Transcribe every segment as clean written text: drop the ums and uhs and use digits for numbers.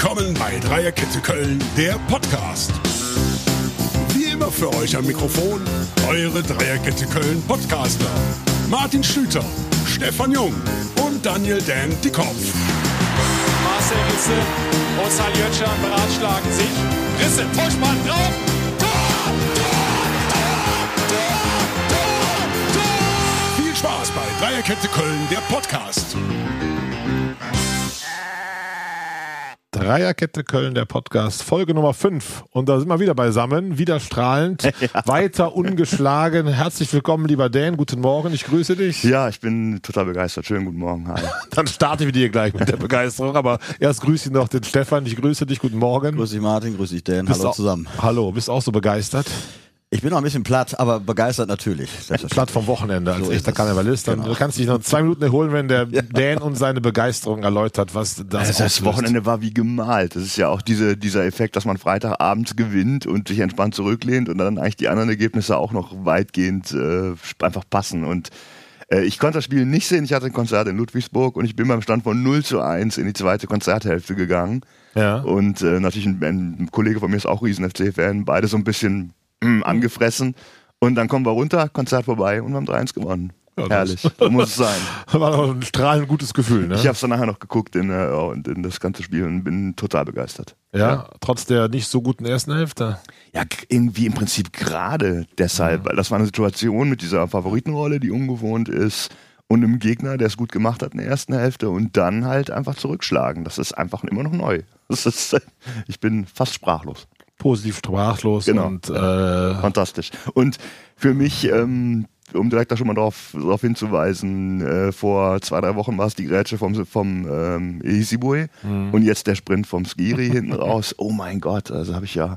Willkommen bei Dreierkette Köln, der Podcast. Wie immer für euch am Mikrofon, eure Dreierkette Köln Podcaster. Martin Schlüter, Stefan Jung und Daniel Dan Dickkopf. Marcel Risse und Saljötschan beratschlagen sich. Risse, Vorspann drauf. Tor, Tor, Tor, Tor, Tor. Viel Spaß bei Dreierkette Köln, der Podcast. Dreierkette Köln, der Podcast, Folge Nummer 5. Und da sind wir wieder beisammen, wieder strahlend, weiter ungeschlagen. Herzlich willkommen, lieber Dan. Guten Morgen, ich grüße dich. Ja, ich bin total begeistert. Schönen guten Morgen. Hi. Dann starte ich mit dir gleich mit der Begeisterung. Aber erst grüße ich noch den Stefan. Ich grüße dich. Guten Morgen. Grüß dich Martin, grüß dich Dan. Hallo zusammen. Hallo, bist du auch so begeistert? Ich bin noch ein bisschen platt, aber begeistert natürlich. Platt vom Wochenende als So echter ist es. Karnevalist. Dann Genau. kannst du dich noch 2 Minuten erholen, wenn der Dan uns seine Begeisterung erläutert, was das Das auslöst. Wochenende war wie gemalt. Das ist ja auch dieser Effekt, dass man Freitagabends gewinnt und sich entspannt zurücklehnt und dann eigentlich die anderen Ergebnisse auch noch weitgehend einfach passen. Und ich konnte das Spiel nicht sehen. Ich hatte ein Konzert in Ludwigsburg und ich bin beim Stand von 0:1 in die zweite Konzerthälfte gegangen. Ja. Und natürlich ein Kollege von mir ist auch Riesen-FC-Fan. Beide so ein bisschen angefressen. Und dann kommen wir runter, Konzert vorbei und wir haben 3-1 gewonnen. Ja, Herrlich, so muss es sein. War doch ein strahlend gutes Gefühl, ne? Ich habe es dann nachher noch geguckt in das ganze Spiel und bin total begeistert. Ja, trotz der nicht so guten ersten Hälfte. Ja, irgendwie im Prinzip gerade deshalb, weil das war eine Situation mit dieser Favoritenrolle, die ungewohnt ist und einem Gegner, der es gut gemacht hat in der ersten Hälfte und dann halt einfach zurückschlagen. Das ist einfach immer noch neu. Ich bin fast sprachlos. Positiv sprachlos Genau. und Fantastisch. Und für mich, um direkt da schon mal drauf hinzuweisen, vor 2-3 Wochen war es die Grätsche vom Isibue und jetzt der Sprint vom Skiri hinten raus. Oh mein Gott, also habe ich ja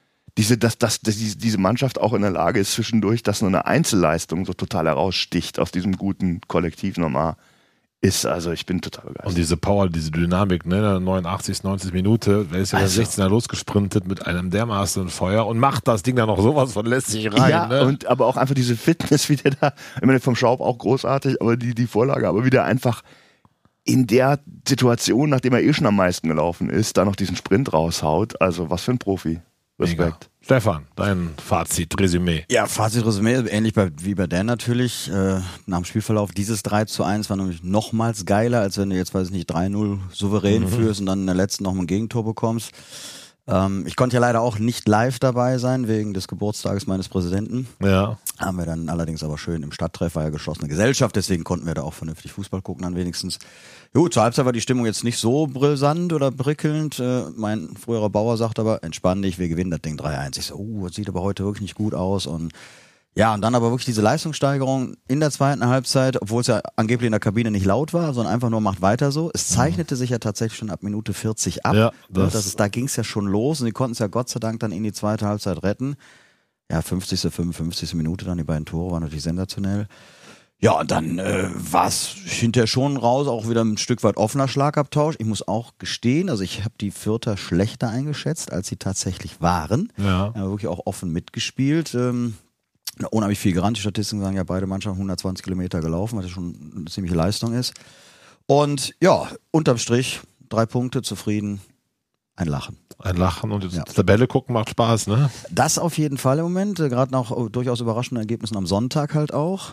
diese Mannschaft auch in der Lage ist zwischendurch, dass nur eine Einzelleistung so total heraussticht aus diesem guten Kollektiv nochmal ist. Also ich bin total begeistert. und diese Power, diese Dynamik, ne, 89, 90 Minute, wer ist ja Also. der 16er losgesprintet mit einem dermaßen Feuer und macht das Ding dann noch sowas von lässig rein. Ja, ne? und aber auch einfach diese Fitness, wie der da, ich meine, vom Schaub auch großartig, aber die Vorlage, aber wieder einfach in der Situation, nachdem er schon am meisten gelaufen ist, da noch diesen Sprint raushaut. Also was für ein Profi. Mega. Respekt. Stefan, dein Fazit, Resümee. Ja, Fazit-Resümee, ähnlich wie bei Dan natürlich. Nach dem Spielverlauf, dieses 3:1 war nämlich nochmals geiler, als wenn du jetzt, weiß ich nicht, 3-0 souverän führst und dann in der letzten noch ein Gegentor bekommst. Ich konnte ja leider auch nicht live dabei sein, wegen des Geburtstages meines Präsidenten. Ja. Haben wir dann allerdings aber schön im Stadttreff, war ja geschlossene Gesellschaft, deswegen konnten wir da auch vernünftig Fußball gucken dann wenigstens. Jo, zur Halbzeit war die Stimmung jetzt nicht so brisant oder prickelnd. Mein früherer Bauer sagt aber, entspann dich, wir gewinnen das Ding 3-1. Ich so, das sieht aber heute wirklich nicht gut aus. Und ja, und dann aber wirklich diese Leistungssteigerung in der zweiten Halbzeit, obwohl es ja angeblich in der Kabine nicht laut war, sondern einfach nur macht weiter so. Es zeichnete sich ja tatsächlich schon ab Minute 40 ab. Ja, Da ging es ja schon los und sie konnten es ja Gott sei Dank dann in die zweite Halbzeit retten. Ja, 50., 55. Minute dann die beiden Tore, waren natürlich sensationell. Ja, und dann war es hinterher schon raus, auch wieder ein Stück weit offener Schlagabtausch. Ich muss auch gestehen, also ich habe die Fürther schlechter eingeschätzt, als sie tatsächlich waren. Ja. Haben wirklich auch offen mitgespielt. Unheimlich viel gerannt. Die Statistiken sagen ja, beide Mannschaften 120 Kilometer gelaufen, was ja schon eine ziemliche Leistung ist. Und ja, unterm Strich 3 Punkte, zufrieden, ein Lachen. Ein Lachen und jetzt Ja. Tabelle gucken macht Spaß, ne? Das auf jeden Fall im Moment, gerade nach durchaus überraschenden Ergebnissen am Sonntag halt auch.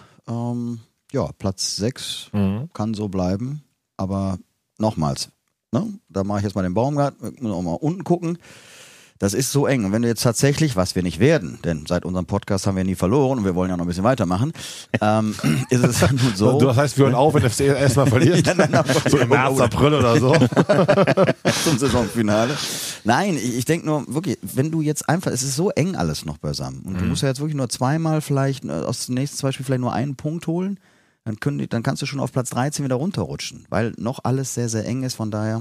Ja, Platz 6 kann so bleiben, aber nochmals, ne? Da mache ich jetzt mal den Baumgart, muss auch mal unten gucken. Das ist so eng. Und wenn du jetzt tatsächlich, was wir nicht werden, denn seit unserem Podcast haben wir nie verloren und wir wollen ja noch ein bisschen weitermachen, ist es nun so. Das heißt, wir hören auf, wenn der FC erstmal verliert. Ja, nein, So im März, April oder so. zum Saisonfinale. Nein, ich denke nur wirklich, wenn du jetzt einfach, es ist so eng alles noch beisammen und du musst ja jetzt wirklich nur zweimal vielleicht aus den nächsten 2 Spielen vielleicht nur einen Punkt holen, dann kannst du schon auf Platz 13 wieder runterrutschen, weil noch alles sehr, sehr eng ist, von daher.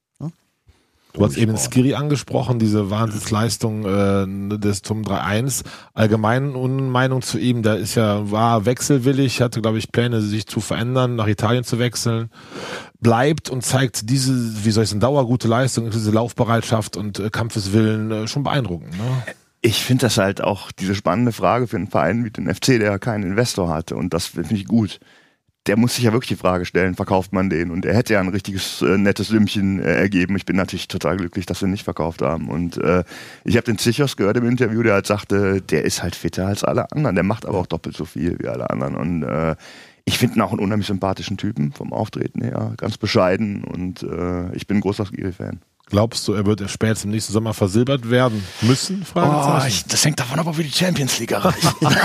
Du hast eben den Skiri angesprochen, diese Wahnsinnsleistung des zum 3-1. Allgemein Meinung zu ihm, der war wechselwillig, hatte, glaube ich, Pläne, sich zu verändern, nach Italien zu wechseln. Bleibt und zeigt diese, wie soll ich sagen, dauergute Leistung, diese Laufbereitschaft und Kampfeswillen schon beeindruckend. Ne? Ich finde das halt auch diese spannende Frage für einen Verein wie den FC, der ja keinen Investor hatte und das finde ich gut. der muss sich ja wirklich die Frage stellen, verkauft man den? Und er hätte ja ein richtiges nettes Sümmchen ergeben. Ich bin natürlich total glücklich, dass wir ihn nicht verkauft haben. Und ich habe den Zichos gehört im Interview, der halt sagte, der ist halt fitter als alle anderen. Der macht aber auch doppelt so viel wie alle anderen. Und ich finde ihn auch einen unheimlich sympathischen Typen vom Auftreten her. Ganz bescheiden und ich bin ein großer Skiri-Fan. Glaubst du, er wird spätestens im nächsten Sommer versilbert werden müssen? Das hängt davon ab, ob wir die Champions League erreichen.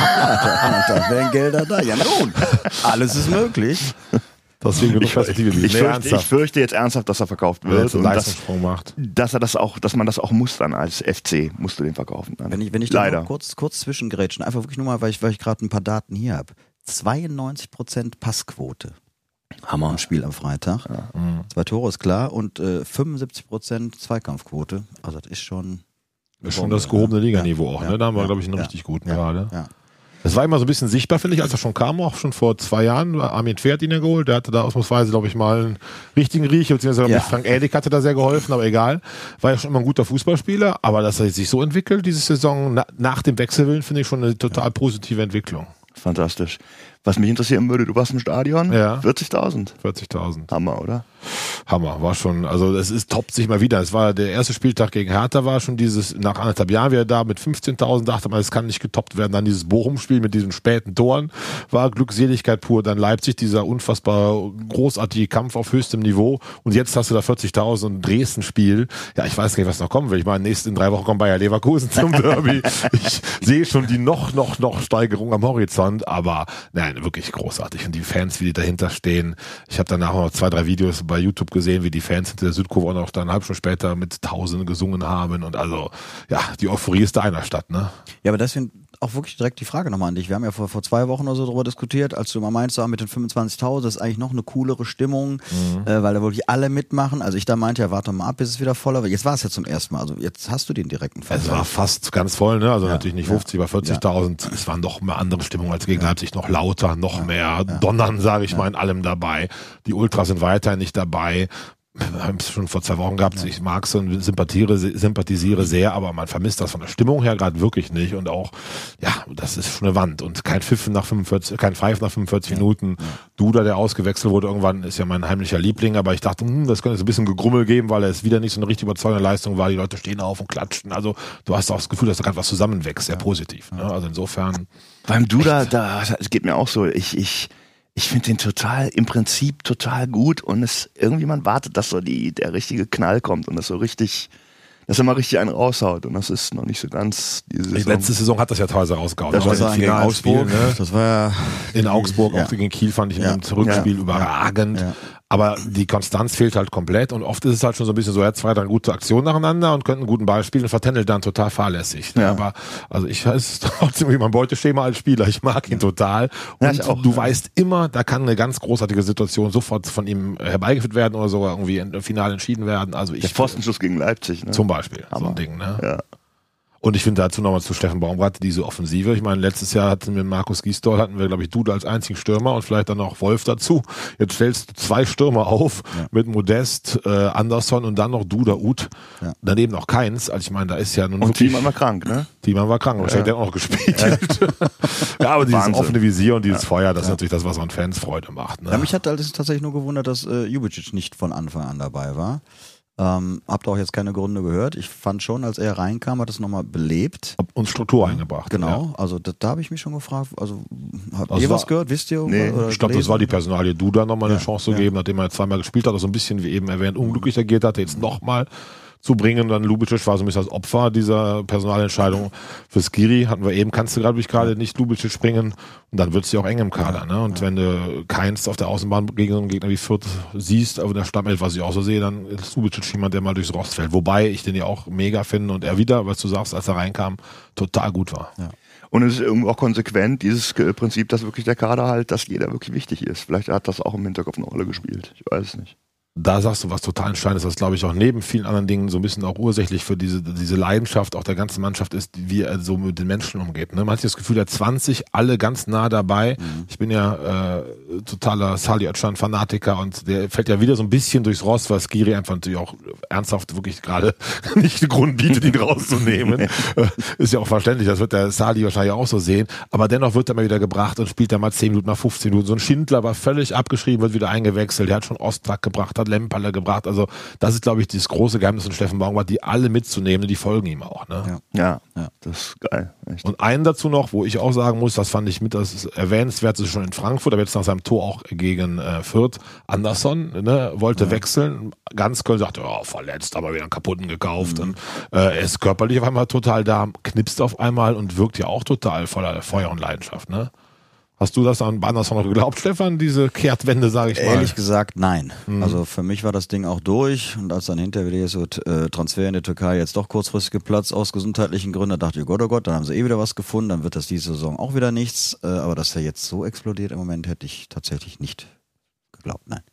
Da wären Gelder da. Ja nun, alles ist möglich. Deswegen Ich fürchte jetzt ernsthaft, dass er verkauft wenn er wird jetzt einen und Leistungssprung macht. dass man das auch muss dann als FC, musst du den verkaufen. Dann. Wenn ich da Leider. noch kurz zwischengrätschen, einfach wirklich nur mal, weil ich gerade ein paar Daten hier habe. 92% Passquote. Hammer. Im Spiel am Freitag. Ja. 2 Tore ist klar und 75% Zweikampfquote. Also das ist schon... Das ist schon das gehobene Liganiveau auch, ne? Da haben wir, glaube ich, einen richtig guten gerade. Ja. Das war immer so ein bisschen sichtbar, finde ich, als er schon kam, auch schon vor 2 Jahren. Armin Pferd ihn ja geholt. Der hatte da ausnahmsweise, glaube ich, mal einen richtigen Riech, beziehungsweise Frank Ädig hatte da sehr geholfen, aber egal. War ja schon immer ein guter Fußballspieler, aber dass er sich so entwickelt, diese Saison, nach dem Wechselwillen, finde ich schon eine total positive Entwicklung. Fantastisch. Was mich interessieren würde, du warst im Stadion? Ja. 40.000. 40.000. Hammer, oder? Hammer, war schon, also es toppt sich mal wieder. Es war der erste Spieltag gegen Hertha, war schon dieses, nach 1,5 Jahren wieder da mit 15.000, dachte man, es kann nicht getoppt werden. Dann dieses Bochum-Spiel mit diesen späten Toren war Glückseligkeit pur. Dann Leipzig, dieser unfassbar großartige Kampf auf höchstem Niveau. Und jetzt hast du da 40.000 und Dresden-Spiel. Ja, ich weiß gar nicht, was noch kommen will. Ich meine, in 3 Wochen kommt Bayer Leverkusen zum Derby. Ich sehe schon die noch Steigerung am Horizont, aber nein, wirklich großartig. Und die Fans, wie die dahinter stehen. Ich habe danach noch 2, 3 Videos bei YouTube gesehen, wie die Fans hinter der Südkurve auch noch dann 1,5 Stunden später mit Tausenden gesungen haben und also, ja, die Euphorie ist da einer Stadt, ne? Ja, aber deswegen auch wirklich direkt die Frage nochmal an dich. Wir haben ja vor 2 Wochen oder so darüber diskutiert, als du mal meinst, mit den 25.000, das ist eigentlich noch eine coolere Stimmung, weil da wirklich alle mitmachen. Also ich da meinte, ja, warte mal ab, bis es wieder voll, aber jetzt war es ja zum ersten Mal. Also jetzt hast du den direkten Fall. Es war fast ganz voll, ne? Also natürlich nicht 50, aber 40.000. Es war noch mehr andere Stimmung als gegen Leipzig, noch lauter, noch mehr Donnern, sage ich mal, in allem dabei. Die Ultras sind weiterhin nicht dabei. Wir haben es schon vor 2 Wochen gehabt, ich mag es und sympathisiere sehr, aber man vermisst das von der Stimmung her gerade wirklich nicht und auch, ja, das ist schon eine Wand und kein Pfiff nach 45 Minuten. Duda, der ausgewechselt wurde irgendwann, ist ja mein heimlicher Liebling, aber ich dachte, das könnte jetzt ein bisschen Gegrummel geben, weil es wieder nicht so eine richtig überzeugende Leistung war, die Leute stehen auf und klatschen, also du hast auch das Gefühl, dass da gerade was zusammenwächst, sehr positiv, ne? Also insofern. Beim Duda, es geht mir auch so, ich finde den im Prinzip total gut und irgendwie man wartet, dass so der richtige Knall kommt und dass er mal richtig einen raushaut und das ist noch nicht so ganz diese Saison. Letzte Saison hat das ja teilweise rausgehauen. Das war gegen Augsburg, ne? Das war ja in Augsburg, auch gegen Kiel fand ich in dem Rückspiel überragend. Ja. Aber die Konstanz fehlt halt komplett und oft ist es halt schon so ein bisschen so, er hat 2, 3 gute Aktionen nacheinander und könnte einen guten Ball spielen und vertändelt dann total fahrlässig. Ja. Aber also es ist trotzdem wie mein Beuteschema als Spieler. Ich mag ihn total. Und du weißt immer, da kann eine ganz großartige Situation sofort von ihm herbeigeführt werden oder sogar irgendwie im Finale entschieden werden. Also der Pfostenschuss gegen Leipzig, ne? Zum Beispiel. So ein Ding, ne? Ja. Und ich finde dazu nochmal zu Steffen Baumgart diese Offensive. Ich meine, letztes Jahr hatten wir mit Markus Gisdol, hatten wir, glaube ich, Duda als einzigen Stürmer und vielleicht dann noch Wolf dazu. Jetzt stellst du 2 Stürmer auf mit Modest, Andersson und dann noch Duda, Uth. Ja. Daneben noch keins. Also ich meine, da ist ja nun und Thiemann war krank, ne? Thiemann war krank. Wahrscheinlich hat er auch noch gespielt. Ja, aber dieses offene Visier und dieses Feuer, das ist natürlich das, was an Fans Freude macht. Ne? Ja, mich hat tatsächlich nur gewundert, dass Jubicic nicht von Anfang an dabei war. Habt auch jetzt keine Gründe gehört. Ich fand schon, als er reinkam, hat es nochmal belebt. Und Struktur eingebracht. Genau, also da habe ich mich schon gefragt, also habt ihr was gehört, wisst ihr? Nee. Oder ich glaube, das war die Personalie Duda nochmal eine Chance zu geben, nachdem er 2-mal gespielt hat, also so ein bisschen, wie eben erwähnt, unglücklich agiert hatte, jetzt nochmal zu bringen. Dann Lubicic war so ein bisschen das Opfer dieser Personalentscheidung. Für Skiri hatten wir eben, kannst du gerade nicht Lubicic bringen und dann wird es ja auch eng im Kader. Ne? Und wenn du keins auf der Außenbahn gegen so einen Gegner wie Fürth siehst, auf der Stammelf, was ich auch so sehe, dann ist Lubicic jemand, der mal durchs Rost fällt. Wobei ich den ja auch mega finde und er wieder, was du sagst, als er reinkam, total gut war. Ja. Und es ist irgendwo auch konsequent, dieses Prinzip, dass wirklich der Kader halt, dass jeder wirklich wichtig ist. Vielleicht hat das auch im Hinterkopf eine Rolle gespielt. Ich weiß es nicht. Da sagst du was total Entscheidendes, das glaube ich auch neben vielen anderen Dingen so ein bisschen auch ursächlich für diese Leidenschaft auch der ganzen Mannschaft ist, wie er so mit den Menschen umgeht. Ne? Man hat das Gefühl, der 20, alle ganz nah dabei. Ich bin ja totaler Salih Özcan-Fanatiker und der fällt ja wieder so ein bisschen durchs Rost, weil Skiri einfach natürlich auch ernsthaft wirklich gerade nicht den Grund bietet, ihn rauszunehmen. Ist ja auch verständlich, das wird der Salih wahrscheinlich auch so sehen. Aber dennoch wird er mal wieder gebracht und spielt da mal 10 Minuten, mal 15 Minuten. So ein Schindler war völlig abgeschrieben, wird wieder eingewechselt. Der hat schon Ostrak gebracht, hat Lemperle gebracht. Also das ist, glaube ich, dieses große Geheimnis von Steffen Baumgart, die alle mitzunehmen, die folgen ihm auch. Ne? Ja, das ist geil. Echt. Und einen dazu noch, wo ich auch sagen muss, das fand ich mit das Erwähnenswerte schon in Frankfurt, aber jetzt nach seinem Tor auch gegen Fürth, Anderson, ne, wollte wechseln. Ganz Köln sagte, verletzt, aber wieder einen kaputten gekauft. Und er ist körperlich auf einmal total da, knipst auf einmal und wirkt ja auch total voller Feuer und Leidenschaft. Ne? Hast du das an Anderson noch geglaubt, Stefan, diese Kehrtwende, sage ich mal? Ehrlich gesagt, nein. Also für mich war das Ding auch durch und als dann hinterher wieder so Transfer in der Türkei jetzt doch kurzfristig geplatzt aus gesundheitlichen Gründen, da dachte ich, oh Gott, dann haben sie wieder was gefunden, dann wird das diese Saison auch wieder nichts. Aber dass er jetzt so explodiert im Moment, hätte ich tatsächlich nicht geglaubt, nein.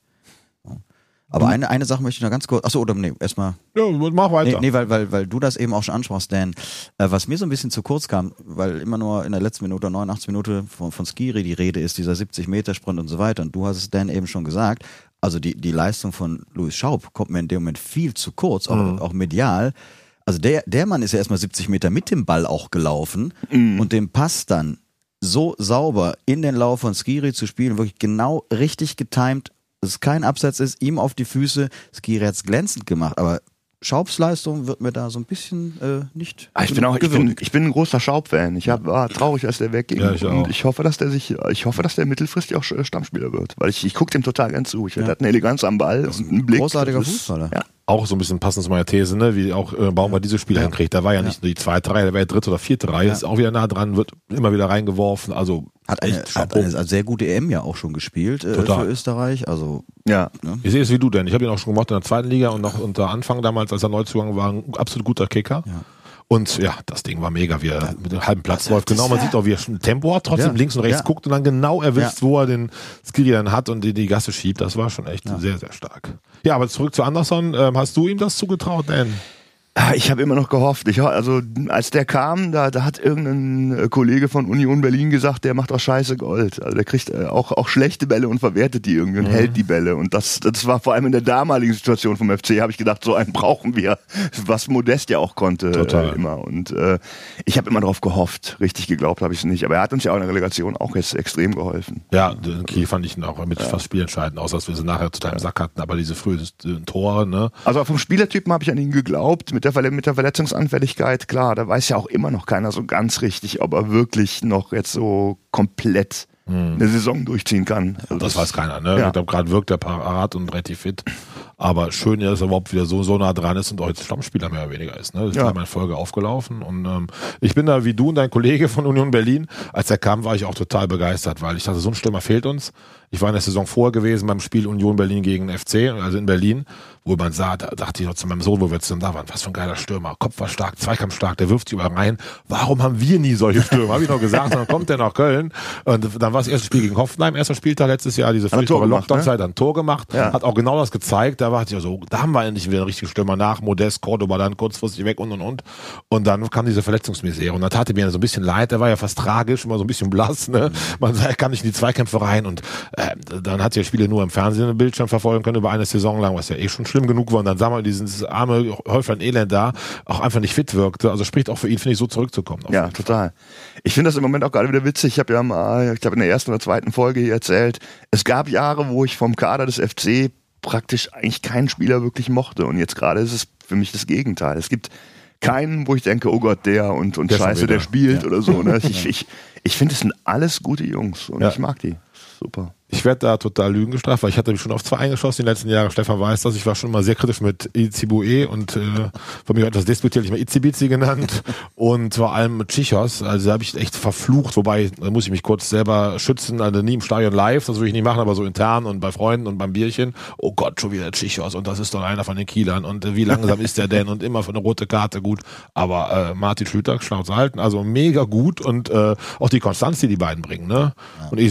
Aber eine Sache möchte ich noch ganz kurz, erstmal. Ja, mach weiter. Nee, weil du das eben auch schon ansprachst, Dan. Was mir so ein bisschen zu kurz kam, weil immer nur in der letzten Minute, 89 Minute von Skiri die Rede ist, dieser 70-Meter-Sprint und so weiter. Und du hast es Dan eben schon gesagt, also die Leistung von Louis Schaub kommt mir in dem Moment viel zu kurz, auch medial. Also der Mann ist ja erstmal 70 Meter mit dem Ball auch gelaufen und den Pass dann so sauber in den Lauf von Skiri zu spielen, wirklich genau richtig getimed, dass es kein Absatz ist, ihm auf die Füße. Skiri hat es glänzend gemacht, aber Schaubs Leistung wird mir da so ein bisschen nicht gewürdigt. Ich bin ein großer Schaub-Fan. Ich war traurig, als der wegging. Ja, ich hoffe, dass der mittelfristig auch Stammspieler wird. Weil ich gucke dem total gern zu. Er hat eine Eleganz am Ball und einen Blick. Großartiger Fußballer. Ja. Auch so ein bisschen passend zu meiner These, ne? Wie auch Baumgart diese Spiele hinkriegt. Da war ja nicht nur die 2. Reihe, der war ja 3. oder 4. Reihe, ist auch wieder nah dran, wird immer wieder reingeworfen. Also hat eine sehr gute EM ja auch schon gespielt für Österreich. Also ja. Ne? Ich sehe es wie du, denn ich habe ihn auch schon gemacht in der 2. Liga und noch unter Anfang damals, als er Neuzugang war, ein absolut guter Kicker. Ja. Und ja, das Ding war mega, wie er mit dem halben Platz läuft. Genau, man sieht auch, wie er schon Tempo hat, trotzdem links und rechts guckt und dann genau erwischt, wo er den Skiri dann hat und die Gasse schiebt. Das war schon echt sehr, sehr stark. Ja, aber zurück zu Anderson. Hast du ihm das zugetraut, Dan? Ich habe immer noch gehofft. Also als der kam, da hat irgendein Kollege von Union Berlin gesagt, der macht aus Scheiße Gold. Also der kriegt auch schlechte Bälle und verwertet die irgendwie und hält die Bälle. Und das war vor allem in der damaligen Situation vom FC, habe ich gedacht, so einen brauchen wir. Was Modest ja auch konnte immer. Und ich habe immer darauf gehofft. Richtig geglaubt habe ich es nicht. Aber er hat uns ja auch in der Relegation auch jetzt extrem geholfen. Ja, in Kiel fand ich ihn auch mit fast spielentscheidend aus, dass wir sie nachher total im Sack hatten. Aber diese frühen Tore, ne? Also vom Spielertypen habe ich an ihn geglaubt. Mit der Verletzungsanfälligkeit, klar, da weiß ja auch immer noch keiner so ganz richtig, ob er wirklich noch jetzt so komplett eine Saison durchziehen kann. Also das weiß keiner, ne? Ja. Ich glaube, gerade wirkt er parat und relativ fit. Aber schön, dass er überhaupt wieder so nah dran ist und auch jetzt Stammspieler mehr oder weniger ist. Ne? Das ist einmal in Folge aufgelaufen. Und ich bin da wie du und dein Kollege von Union Berlin. Als er kam, war ich auch total begeistert, weil ich dachte, so ein Stürmer fehlt uns. Ich war in der Saison vorher gewesen beim Spiel Union Berlin gegen FC, also in Berlin, wo man sah, da dachte ich noch zu meinem Sohn, wo wir zusammen da waren, was für ein geiler Stürmer, Kopf war stark, Zweikampf stark, der wirft sich überall rein. Warum haben wir nie solche Stürmer? Habe ich noch gesagt, dann kommt der nach Köln und dann war das erste Spiel gegen Hoffenheim, erster Spieltag letztes Jahr, diese furchtbare Lockdown-Zeit, ein Tor gemacht, hat auch genau das gezeigt, da war ich so, da haben wir endlich wieder einen richtigen Stürmer nach, Modest, Cordoba dann kurzfristig weg und. Und dann kam diese Verletzungsmisere und da tat mir so ein bisschen leid, der war ja fast tragisch, immer so ein bisschen blass, ne? Man sagt, er kam nicht in die Zweikämpfe rein und dann hat ja Spiele nur im Fernsehen im Bildschirm verfolgen können über eine Saison lang, was ja eh schon schlimm genug war. Und dann sah man dieses arme Häuflein Elend da, auch einfach nicht fit wirkte. Also spricht auch für ihn, finde ich, so zurückzukommen. Ja, total. Ich finde das im Moment auch gerade wieder witzig. Ich habe ja mal, in der 1. oder 2. Folge hier erzählt, es gab Jahre, wo ich vom Kader des FC praktisch eigentlich keinen Spieler wirklich mochte. Und jetzt gerade ist es für mich das Gegenteil. Es gibt keinen, wo ich denke, oh Gott, der und der Scheiße, der spielt oder so. Ne? Ich finde, es sind alles gute Jungs und ich mag die. Super. Ich werde da total Lügen gestraft, weil ich hatte mich schon auf 2 eingeschossen in den letzten Jahren. Stefan weiß das. Ich war schon immer sehr kritisch mit Izibue und von mir etwas despektierlich mal Izibizi genannt und vor allem mit Tschichos. Also da habe ich echt verflucht, wobei, da muss ich mich kurz selber schützen, also nie im Stadion live, das würde ich nicht machen, aber so intern und bei Freunden und beim Bierchen. Oh Gott, schon wieder Tschichos und das ist doch einer von den Kielern und wie langsam ist der denn und immer für eine rote Karte gut. Aber Martin Schlüter, Schnauze halten, also mega gut und auch die Konstanz, die beiden bringen. Ne? Und Izibue auch wieder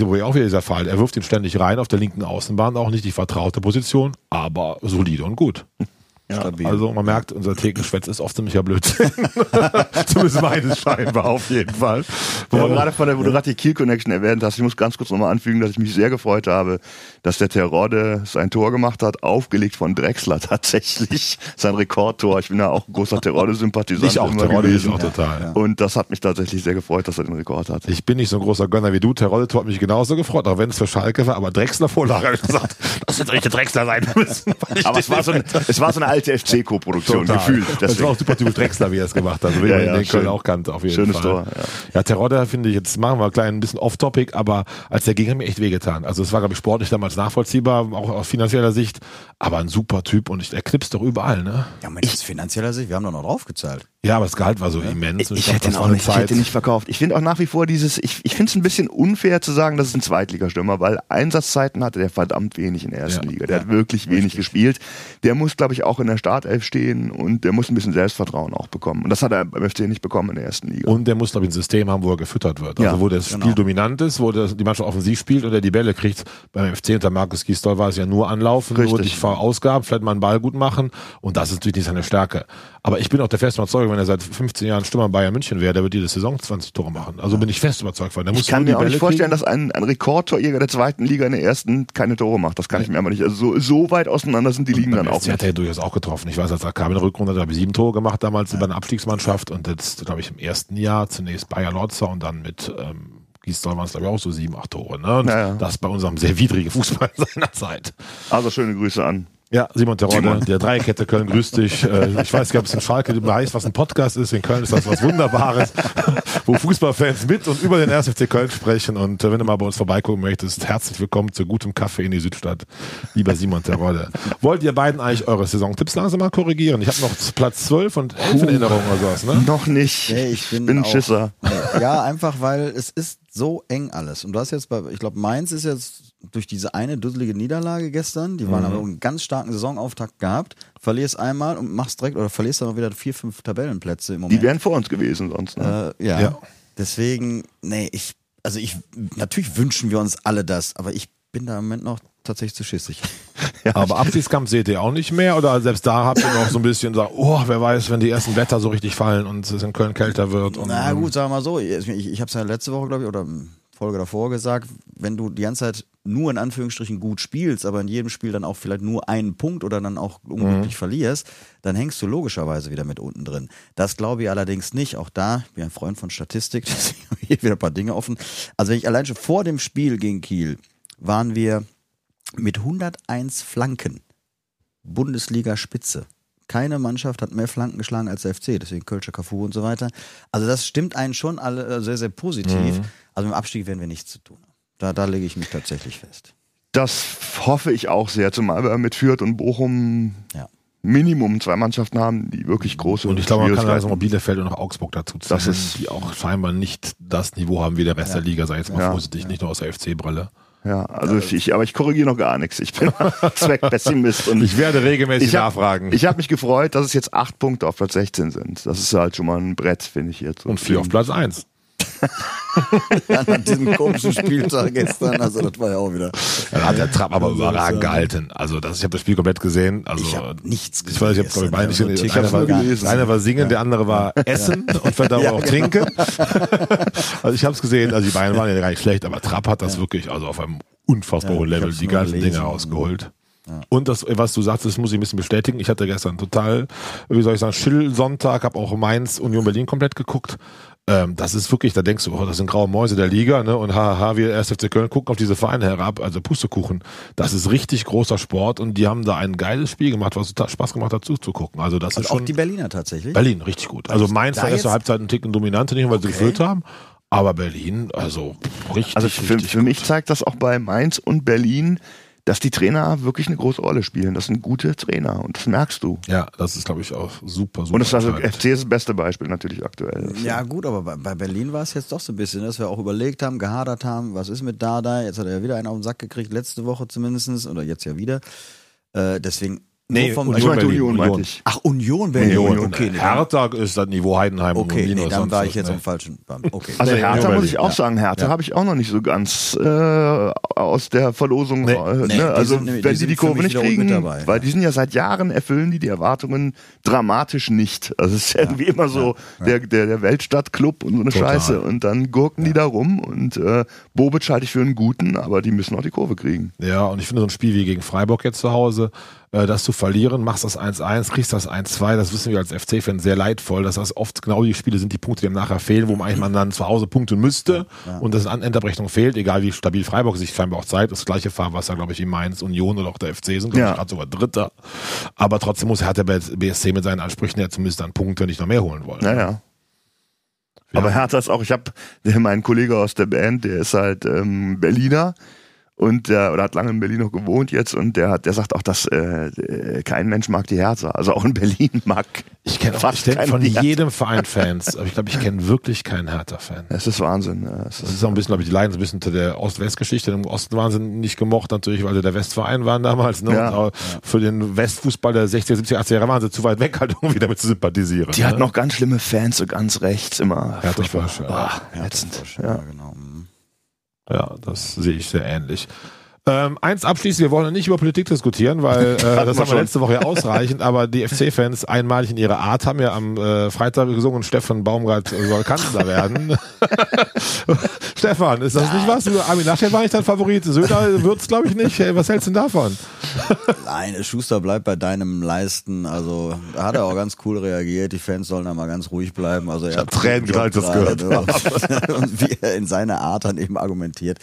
dieser Fall. Er wirft ihn ständig rein auf der linken Außenbahn, auch nicht die vertraute Position, aber solide und gut. Stabil. Also man merkt, unser Thekenschwätz ist oft ziemlicher Blödsinn. Zumindest meines scheinbar auf jeden Fall. Wo du gerade die Kiel Connection erwähnt hast, ich muss ganz kurz nochmal anfügen, dass ich mich sehr gefreut habe, dass der Terodde sein Tor gemacht hat, aufgelegt von Drexler tatsächlich, sein Rekordtor. Ich bin ja auch ein großer Terodde-Sympathisant. Ich auch, Terodde ist auch total. Ja. Und das hat mich tatsächlich sehr gefreut, dass er den Rekord hat. Ich bin nicht so ein großer Gönner wie du. Terodde-Tor hat mich genauso gefreut, auch wenn es für Schalke war, aber Drexler-Vorlage habe ich gesagt, das wird richtig Drexler sein müssen. Aber es war so eine alte FC-Co-Produktion gefühlt. Das war auch super typisch Drexler, wie er es gemacht hat. Also, wie man den Köln auch kannte, auf jeden Schönes Fall. Tor, ja, Terodde finde ich, jetzt machen wir ein bisschen off-topic, aber als der ging, hat mir echt wehgetan. Also es war, glaube ich, sportlich damals nachvollziehbar, auch aus finanzieller Sicht, aber ein super Typ und er knipst doch überall, ne? Ja, mit finanzieller Sicht, wir haben doch noch draufgezahlt. Ja, aber das Gehalt war so immens. Und ich hätte ihn nicht verkauft. Ich finde auch nach wie vor ich finde es ein bisschen unfair zu sagen, das ist ein Zweitligastürmer, weil Einsatzzeiten hatte der verdammt wenig in der ersten Liga. Der hat wirklich wenig gespielt. Der muss, glaube ich, auch in der Startelf stehen und der muss ein bisschen Selbstvertrauen auch bekommen. Und das hat er beim FC nicht bekommen in der ersten Liga. Und der muss, glaube ich, ein System haben, wo er gefüttert wird. Also wo das Spiel dominant ist, wo die Mannschaft offensiv spielt und er die Bälle kriegt. Beim FC unter Markus Gisdol war es ja nur anlaufen, nur dich verausgaben, vielleicht mal einen Ball gut machen und das ist natürlich nicht seine Stärke. Aber ich bin auch der festen Überzeugung, wenn er seit 15 Jahren Stürmer Bayern München wäre, der wird jede Saison 20 Tore machen. Also bin ich fest überzeugt von. Ich kann mir auch nicht vorstellen, dass ein Rekordtorjäger der zweiten Liga in der ersten keine Tore macht. Das kann ich mir aber nicht. Also so weit auseinander sind die Ligen dann auch nicht. Hat er durchaus auch getroffen. Ich weiß, als er kam in der Rückrunde, da habe ich 7 Tore gemacht damals über eine Abstiegsmannschaft und jetzt, glaube ich, im ersten Jahr zunächst Bayer Lorzer und dann mit Gisdol waren es, glaube ich, auch so 7, 8 Tore. Ne? Und das bei unserem sehr widrigen Fußball seiner Zeit. Also schöne Grüße an. Ja, Simon Terodde, der Dreierkette Köln, grüß dich. Ich weiß gar nicht, ob es in Schalke heißt, was ein Podcast ist. In Köln ist das was Wunderbares, wo Fußballfans mit und über den 1. FC Köln sprechen. Und wenn du mal bei uns vorbeigucken möchtest, herzlich willkommen zu gutem Kaffee in die Südstadt, lieber Simon Terodde. Wollt ihr beiden eigentlich eure Saisontipps langsam mal korrigieren? Ich habe noch Platz 12 und 11 in Erinnerung oder sowas, ne? Noch nicht. Nee, ich bin ein Schisser. Ja, einfach, weil es ist so eng alles. Und du hast jetzt ich glaube, Mainz ist jetzt durch diese eine dusselige Niederlage gestern, die waren aber einen ganz starken Saisonauftakt gehabt, verlierst einmal und machst direkt, oder verlierst dann noch wieder 4, 5 Tabellenplätze im Moment. Die wären vor uns gewesen sonst. Ne? Ja. Deswegen, natürlich wünschen wir uns alle das, aber ich bin da im Moment noch tatsächlich zu schissig. Ja, aber Abstiegskampf seht ihr auch nicht mehr? Oder selbst da habt ihr noch so ein bisschen sagt, wer weiß, wenn die ersten Blätter so richtig fallen und es in Köln kälter wird. Und, na gut, sagen wir mal so, ich habe es ja letzte Woche, glaube ich, oder Folge davor gesagt, wenn du die ganze Zeit nur in Anführungsstrichen gut spielst, aber in jedem Spiel dann auch vielleicht nur einen Punkt oder dann auch unglücklich verlierst, dann hängst du logischerweise wieder mit unten drin. Das glaube ich allerdings nicht. Auch da, ich bin ein Freund von Statistik, deswegen habe ich hier wieder ein paar Dinge offen. Also wenn ich allein schon vor dem Spiel gegen Kiel waren wir mit 101 Flanken Bundesliga-Spitze. Keine Mannschaft hat mehr Flanken geschlagen als der FC, deswegen Kölscher Cafu und so weiter. Also das stimmt einen schon alle sehr, sehr positiv. Also mit dem Abstieg werden wir nichts zu tun haben. Da lege ich mich tatsächlich fest. Das hoffe ich auch sehr, zumal wir mit Fürth und Bochum Minimum 2 Mannschaften haben, die wirklich große und ich glaube, man kann also noch Bielefeld und noch Augsburg dazu zählen, die auch ist scheinbar nicht das Niveau haben wie der Rest der Liga, sag ich jetzt mal vorsichtig, nicht nur aus der FC-Brille. Ja, also aber ich korrigiere noch gar nichts. Ich bin Zweckpessimist. Und ich werde regelmäßig nachfragen. Ich habe mich gefreut, dass es jetzt 8 Punkte auf Platz 16 sind. Das ist halt schon mal ein Brett, finde ich jetzt. Und 4 auf Platz 1. An diesem komischen Spieltag gestern, also das war ja auch wieder. Dann hat der Trapp aber überragend gehalten. Also ich habe das Spiel komplett gesehen. Also ich habe nichts gesehen. Ich weiß, ich habe glaube ich beide gesehen. Einer war singen, der andere war essen und vielleicht aber auch trinken. Also ich habe es gesehen. Also die beiden waren ja gar nicht schlecht, aber Trapp hat das wirklich auf einem unfassbar hohen Level die ganzen Dinge rausgeholt. Ja. Und das, was du sagst, das muss ich ein bisschen bestätigen. Ich hatte gestern total, Schill-Sonntag, habe auch Mainz, Union Berlin komplett geguckt. Das ist wirklich, da denkst du, das sind graue Mäuse der Liga, ne? Und wir 1. FC Köln gucken auf diese Vereine herab, also Pustekuchen. Das ist richtig großer Sport und die haben da ein geiles Spiel gemacht, was total Spaß gemacht hat zuzugucken. Also das ist schon auch die Berliner tatsächlich. Berlin, richtig gut. Also Mainz war erste Halbzeit ein Ticken dominanter, nicht weil sie geführt haben. Aber Berlin, also richtig. Also für mich zeigt das auch bei Mainz und Berlin, dass die Trainer wirklich eine große Rolle spielen. Das sind gute Trainer und das merkst du. Ja, das ist, glaube ich, auch super. Und das also FC ist das beste Beispiel natürlich aktuell. Ja gut, aber bei Berlin war es jetzt doch so ein bisschen, dass wir auch überlegt haben, gehadert haben, was ist mit Dardai? Jetzt hat er ja wieder einen auf den Sack gekriegt, letzte Woche zumindest, oder jetzt ja wieder. Deswegen Nee, vom Ich meinte Union Union, Berlin. meinte ich. Ach, Union Berlin. Okay, nee, Hertha ist das Niveau Heidenheim. okay, Berlin nee, oder dann sonst war was, ich jetzt ne? am falschen Band. Okay. Also Nee, Hertha Union muss ich Berlin, auch sagen, Hertha habe ich auch noch nicht so ganz aus der Verlosung. Nee. Nee, ne? Also die sind wenn für die Kurve mich nicht wieder kriegen, mit dabei, weil ja. die sind ja seit Jahren, erfüllen die Erwartungen dramatisch nicht. Also es ist irgendwie immer so der Weltstadtclub und so eine Total. Scheiße und dann gurken die da rum und Bobic halte ich für einen guten, aber die müssen auch die Kurve kriegen. Ja, und ich finde so ein Spiel wie gegen Freiburg jetzt zu Hause, das zu verlieren, machst das 1-1, kriegst das 1-2, das wissen wir als FC-Fans sehr leidvoll, dass das oft genau die Spiele sind, die Punkte, die ihm nachher fehlen, wo man dann zu Hause punkten müsste und das an Endabrechnung fehlt, egal wie stabil Freiburg sich scheinbar auch zeigt. Das gleiche Fahrwasser, glaube ich, wie Mainz, Union oder auch der FC sind, glaube ich, gerade sogar Dritter. Aber trotzdem muss Hertha BSC mit seinen Ansprüchen ja zumindest dann Punkte nicht noch mehr holen wollen. Naja. Aber Hertha ist auch, mein Kollege aus der Band, der ist halt Berliner und oder hat lange in Berlin noch gewohnt jetzt und der sagt auch, dass kein Mensch mag die Hertha. Also auch in Berlin mag Ich kenne von jedem Verein Fans, aber ich glaube, ich kenne wirklich keinen Hertha-Fan. Es ist Wahnsinn. Das ist auch ein bisschen, glaube ich, die leiden so ein bisschen unter der Ost-West-Geschichte. Im Osten waren sie nicht gemocht, natürlich, weil sie der Westverein waren damals. Ne? Ja. Und auch für den Westfußball der 60er, 70er, 80er Jahre waren sie zu weit weg, halt irgendwie damit zu sympathisieren. Die hat noch ganz schlimme Fans, so ganz rechts immer. Hertha Bosch, Ätzend. Ja, genau. Ja, das sehe ich sehr ähnlich. Eins abschließend, wir wollen nicht über Politik diskutieren, weil das haben wir letzte Woche ja ausreichend, aber die FC-Fans einmalig in ihrer Art haben ja am Freitag gesungen, Stefan Baumgart soll Kanzler werden. Stefan, ist das nicht was? Armin Laschet war nicht dein Favorit, Söder wird's glaube ich nicht. Hey, was hältst du denn davon? Nein, Schuster bleibt bei deinem Leisten. Also da hat er auch ganz cool reagiert. Die Fans sollen da mal ganz ruhig bleiben. Also er hat Tränen geknallt, das gehört. Und wie er in seiner Art dann eben argumentiert.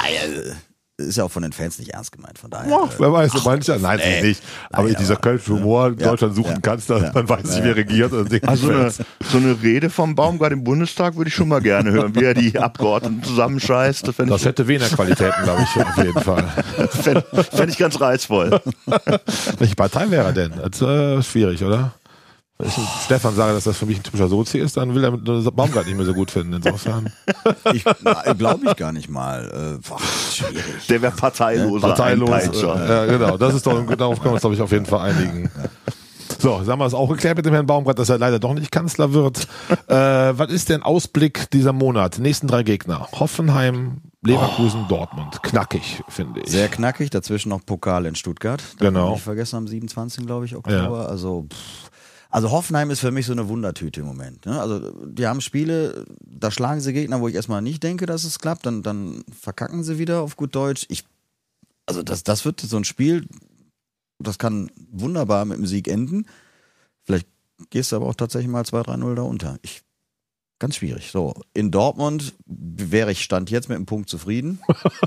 Ist ja auch von den Fans nicht ernst gemeint, von daher. Ja, wer weiß, so mancher. Nein, nicht. Aber dieser kölsche Humor, Deutschland sucht einen Kanzler, man weiß nicht, wer regiert. Also so eine Rede vom Baumgart im Bundestag würde ich schon mal gerne hören, wie er die Abgeordneten zusammenscheißt. Das hätte weniger Qualitäten, glaube ich, auf jeden Fall. Fände ich ganz reizvoll. Welche Partei wäre er denn? Das ist schwierig, oder? Wenn ich Stefan sage, dass das für mich ein typischer Sozi ist, dann will er Baumgart nicht mehr so gut finden. Insofern. Glaube ich gar nicht mal. Schwierig. Der wäre parteiloser. Ja, genau. Das ist doch, darauf können wir uns, glaube ich, auf jeden Fall einigen. So, sagen wir es auch geklärt mit dem Herrn Baumgart, dass er leider doch nicht Kanzler wird. Was ist denn Ausblick dieser Monat? Nächsten 3 Gegner. Hoffenheim, Leverkusen, Dortmund. Knackig, finde ich. Sehr knackig. Dazwischen noch Pokal in Stuttgart. Genau. Nicht vergessen, am 27. glaube ich, Oktober. Ja. Also Hoffenheim ist für mich so eine Wundertüte im Moment. Ne? Also die haben Spiele, da schlagen sie Gegner, wo ich erstmal nicht denke, dass es klappt. Dann verkacken sie wieder auf gut Deutsch. Also das wird so ein Spiel, das kann wunderbar mit dem Sieg enden. Vielleicht gehst du aber auch tatsächlich mal 2-3-0 da unter. Ganz schwierig. So, in Dortmund wäre ich Stand jetzt mit einem Punkt zufrieden.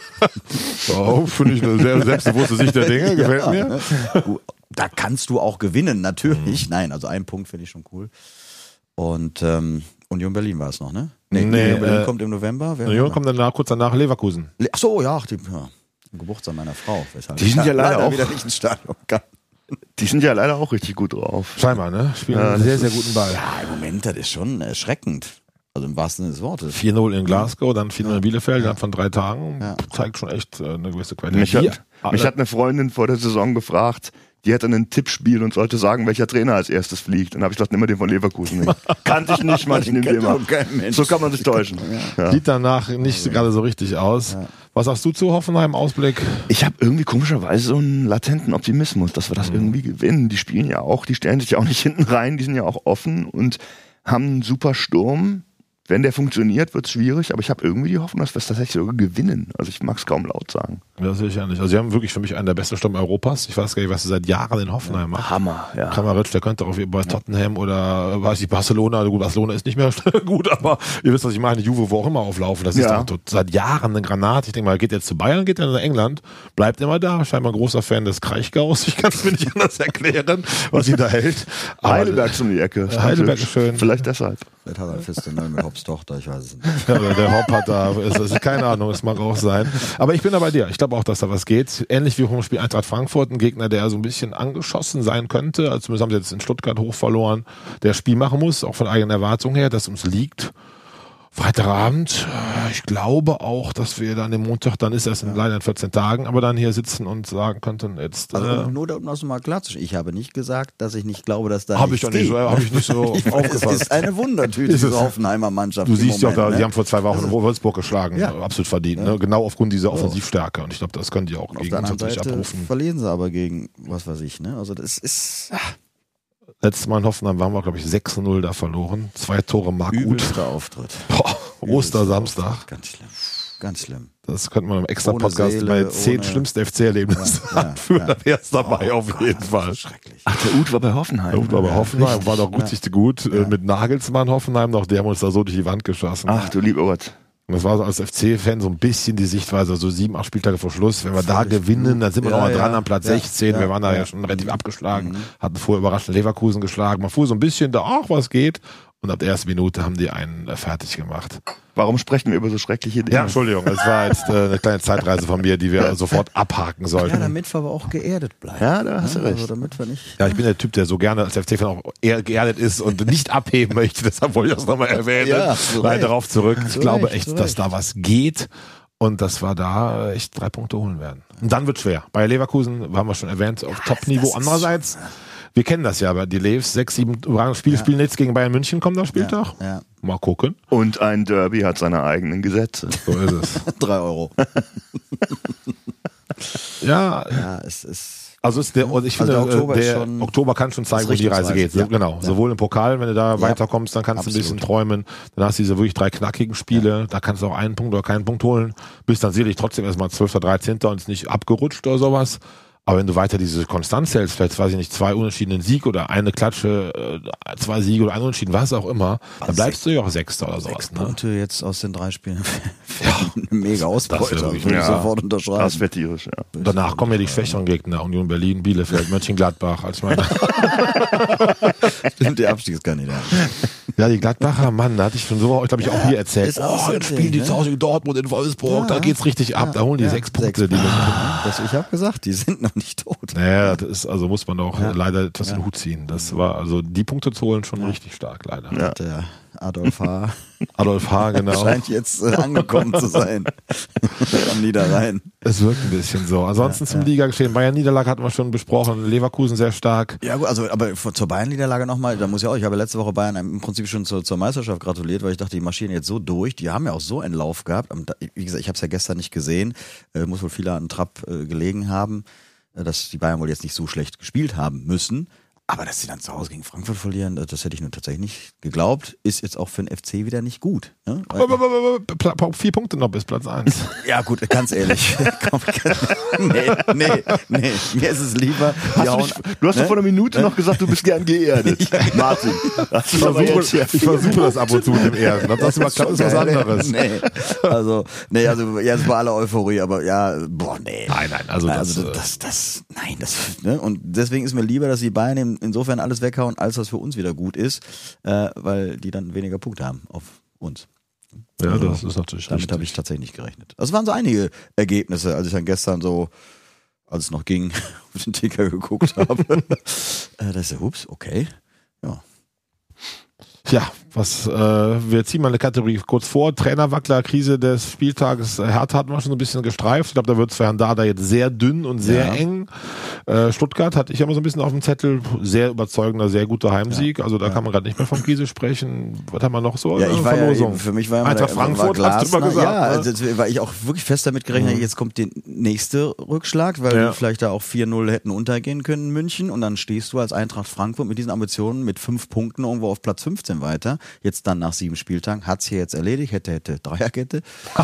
Oh, finde ich eine sehr selbstbewusste Sicht der Dinge, gefällt mir. Da kannst du auch gewinnen, natürlich. Nein, also einen Punkt finde ich schon cool. Und Union Berlin war es noch, ne? Nee, Union Berlin kommt im November. Union kommt danach, kurz danach Leverkusen. Ach so, ja, Geburtstag meiner Frau. Die sind ja leider auch wieder nicht ins Stadion kann. Die sind ja leider auch richtig gut drauf. Scheinbar, ne? Spielen einen sehr, sehr guten Ball. Ja, im Moment, das ist schon erschreckend. Also im wahrsten Sinne des Wortes. 4-0 in Glasgow, dann 4-0 in Bielefeld, innerhalb von 3 Tagen. Ja. Zeigt schon echt eine gewisse Qualität. Mich hat eine Freundin vor der Saison gefragt, die hätte einen Tippspiel und sollte sagen, welcher Trainer als erstes fliegt. Dann habe ich gesagt, nimm mal den von Leverkusen nicht. Kannte ich nicht, manche nehmen den immer. So kann man sich täuschen. Ja. Sieht danach nicht gerade so richtig aus. Ja. Was sagst du zu Hoffenheim, Ausblick? Ich habe irgendwie komischerweise so einen latenten Optimismus, dass wir das irgendwie gewinnen. Die spielen ja auch, die stellen sich ja auch nicht hinten rein, die sind ja auch offen und haben einen super Sturm. Wenn der funktioniert, wird es schwierig, aber ich habe irgendwie die Hoffnung, dass wir es tatsächlich sogar gewinnen. Also ich mag es kaum laut sagen. Das sehe ich ja nicht. Also sie haben wirklich für mich einen der besten Stürmer Europas. Ich weiß gar nicht, was sie seit Jahren in Hoffenheim machen. Hammer, ja. Kramaric, der könnte auch bei Tottenham oder weiß ich, Barcelona, gut, Barcelona ist nicht mehr gut, aber ihr wisst, was ich meine, Juve, wo auch immer auflaufen. Das ist doch seit Jahren eine Granate. Ich denke mal, geht jetzt zu Bayern, geht er nach England, bleibt immer da. Scheinbar ein großer Fan des Kraichgaus. Ich kann es mir nicht anders erklären, was ihn da hält. Aber Heidelberg ist um die Ecke. Heidelberg ist schön. Vielleicht deshalb. Vielleicht hat er ein Feste mit Hopps Tochter, ich weiß es nicht. Ja, der Hopp hat da, ist keine Ahnung, es mag auch sein. Aber ich bin da bei dir. Ich glaube auch, dass da was geht. Ähnlich wie vom Spiel Eintracht Frankfurt, ein Gegner, der so ein bisschen angeschossen sein könnte. Also zumindest haben sie jetzt in Stuttgart hoch verloren, der Spiel machen muss, auch von eigenen Erwartungen her, dass uns liegt. Freitagabend, ich glaube auch, dass wir dann den Montag, dann ist erst leider in 14 Tagen, aber dann hier sitzen und sagen könnten, jetzt... Also nur um das mal klarzustellen, ich habe nicht gesagt, dass ich nicht glaube, dass da Habe ich doch nicht so, aufgefasst. Es ist eine Wundertüte, diese Hoffenheimer Mannschaft. Du siehst ja auch, Moment, die haben vor 2 Wochen Wolfsburg geschlagen, Ja. absolut verdient, ne? Genau aufgrund dieser Offensivstärke und ich glaube, das können die auch Auf gegen der uns anderen natürlich Seite abrufen. verlieren sie aber gegen, was weiß ich, ne? Also das ist Letztes Mal in Hoffenheim waren wir, glaube ich, 6-0 da verloren. 2 Tore Marc Uth. übelster Auftritt. Ostersamstag. Ganz schlimm. Ganz schlimm. Das könnte man im extra Ohne Podcast Seele, bei 10 ohne- schlimmsten FC-Erlebnissen anführen. Dann wäre es dabei auf jeden Fall. Schrecklich. Ach, der Uth war bei Hoffenheim. Und aber Hoffenheim richtig. war doch richtig gut. Mit Nagelsmann Hoffenheim noch, die haben uns da so durch die Wand geschossen. Ach du lieber Gott. Und das war so als FC-Fan so ein bisschen die Sichtweise, so 7, 8 Spieltage vor Schluss. Wenn wir da gewinnen, dann sind wir noch mal dran am Platz 16. Wir waren da ja schon relativ abgeschlagen, hatten vorher überraschend Leverkusen geschlagen. Man fuhr so ein bisschen da, ach, was geht. Und ab der ersten Minute haben die einen fertig gemacht. Warum sprechen wir über so schreckliche Dinge? Ja, Entschuldigung, es war jetzt eine kleine Zeitreise von mir, die wir sofort abhaken Ja, sollten. damit wir aber auch geerdet bleiben. Ja, da hast du recht. Also damit wir nicht. Ja, ich bin der Typ, der so gerne als FC-Fan auch eher geerdet ist und nicht abheben möchte. Deshalb wollte ich das nochmal erwähnen. Ja, zu Weil Recht. darauf zurück. Ich Zu glaube Recht, echt, zu dass Recht. da was geht und dass wir da echt 3 Punkte holen werden. Und dann wird schwer. Bei Leverkusen haben wir schon erwähnt, auf Top-Niveau. das ist Andererseits, wir kennen das ja, aber die Leves, 6, 7 Spiele spielen jetzt gegen Bayern München, kommt der Spieltag. Ja. Mal gucken. Und ein Derby hat seine eigenen Gesetze. So ist es. 3 Euro. Ja, Ja, es ist. also ist der, und ich Also finde, der Oktober ist der schon- Oktober kann schon zeigen, wo die Reise Richtungsweisend, geht. So, ja. genau. Ja. Sowohl im Pokal, wenn du da Ja. weiterkommst, dann kannst du ein bisschen Absolut. träumen. Dann hast du diese wirklich 3 knackigen Spiele. Da kannst du auch einen Punkt oder keinen Punkt holen. Bist dann sicherlich trotzdem erstmal 12. oder 13. und ist nicht abgerutscht oder sowas. Aber wenn du weiter diese Konstanz hältst, vielleicht, weiß ich nicht, 2 unentschiedenen Sieg oder eine Klatsche, 2 Siege oder ein Unentschieden, was auch immer, dann bleibst du ja auch 6. oder sowas. 6 Ne? Punkte jetzt aus den 3 Spielen. Eine mega Ausbeute. Das wäre Würde ich Ja. sofort unterschreiben. Das wird tierisch, ja. Und danach kommen ja die schwächeren Gegner. Union Berlin, Bielefeld, Mönchengladbach. Als meine Stimmt, die Abstiegskandidaten. Ja, die Gladbacher, Mann, da hatte ich schon so, glaube ich, auch hier erzählt. ist auch so ein jetzt spielen Ding, die ne? zu Hause gegen Dortmund in Wolfsburg, da geht's richtig ab. Da holen die 6 Punkte. Die Ich habe gesagt, die sind noch nicht tot. naja, das ist, also muss man auch leider etwas in den Hut ziehen. Das war, also die Punkte zu holen, schon richtig stark, leider. Ja. Der Adolf H. Adolf H., genau. scheint jetzt angekommen zu sein. Am Niederrhein. Es wirkt ein bisschen so. Ansonsten zum Liga-Geschehen. Bayern-Niederlage hatten wir schon besprochen. Leverkusen sehr stark. Ja gut, also aber zur Bayern-Niederlage nochmal, da muss ich auch, ich habe letzte Woche Bayern im Prinzip schon zur Meisterschaft gratuliert, weil ich dachte, die marschieren jetzt so durch, die haben ja auch so einen Lauf gehabt. Wie gesagt, ich habe es ja gestern nicht gesehen, muss wohl viele an Trapp gelegen haben, dass die Bayern wohl jetzt nicht so schlecht gespielt haben müssen. Aber dass sie dann zu Hause gegen Frankfurt verlieren, das hätte ich nur tatsächlich nicht geglaubt. Ist jetzt auch für den FC wieder nicht gut. Ne? 4 Punkte noch bis Platz 1. Ja gut, ganz ehrlich. Komm, nee. Mir ist es lieber, die hauen, Du hast doch vor einer Minute noch gesagt, du bist gern geerdet. Martin. Das ist aber jetzt ja. Ich versuche das ab und zu mit dem Erden. Ob das immer klappt, ist was anderes. Nee. Also jetzt war alle Euphorie, aber ja, boah, nee. Nein, also Nein, ne? Und deswegen ist mir lieber, dass die Bayern insofern alles weghauen, als das für uns wieder gut ist, weil die dann weniger Punkte haben auf uns. Ja, das ist natürlich Damit habe ich tatsächlich nicht gerechnet. Also es waren so einige Ergebnisse, als ich dann gestern so, als es noch ging, auf den Ticker geguckt habe. Da ist der Hups, okay. Ja. Ja, wir ziehen mal eine Kategorie kurz vor. Trainerwackler, Krise des Spieltages. Hertha hatten wir schon so ein bisschen gestreift. Ich glaube, da wird es für Herrn Dada jetzt sehr dünn und sehr eng. Stuttgart hatte ich immer so ein bisschen auf dem Zettel. Sehr überzeugender, sehr guter Heimsieg. Also da kann man gerade nicht mehr vom Krise sprechen. Was haben wir noch so? Ja, ich war Verlosung? ja, für mich war Eintracht Frankfurt, war hast du immer gesagt. Ja, ne? also war ich auch wirklich fest damit gerechnet, jetzt kommt der nächste Rückschlag, weil die vielleicht da auch 4-0 hätten untergehen können in München und dann stehst du als Eintracht Frankfurt mit diesen Ambitionen mit 5 Punkten irgendwo auf Platz 15 weiter. Jetzt dann nach 7 Spieltagen hat's hier jetzt erledigt, hätte, Dreierkette.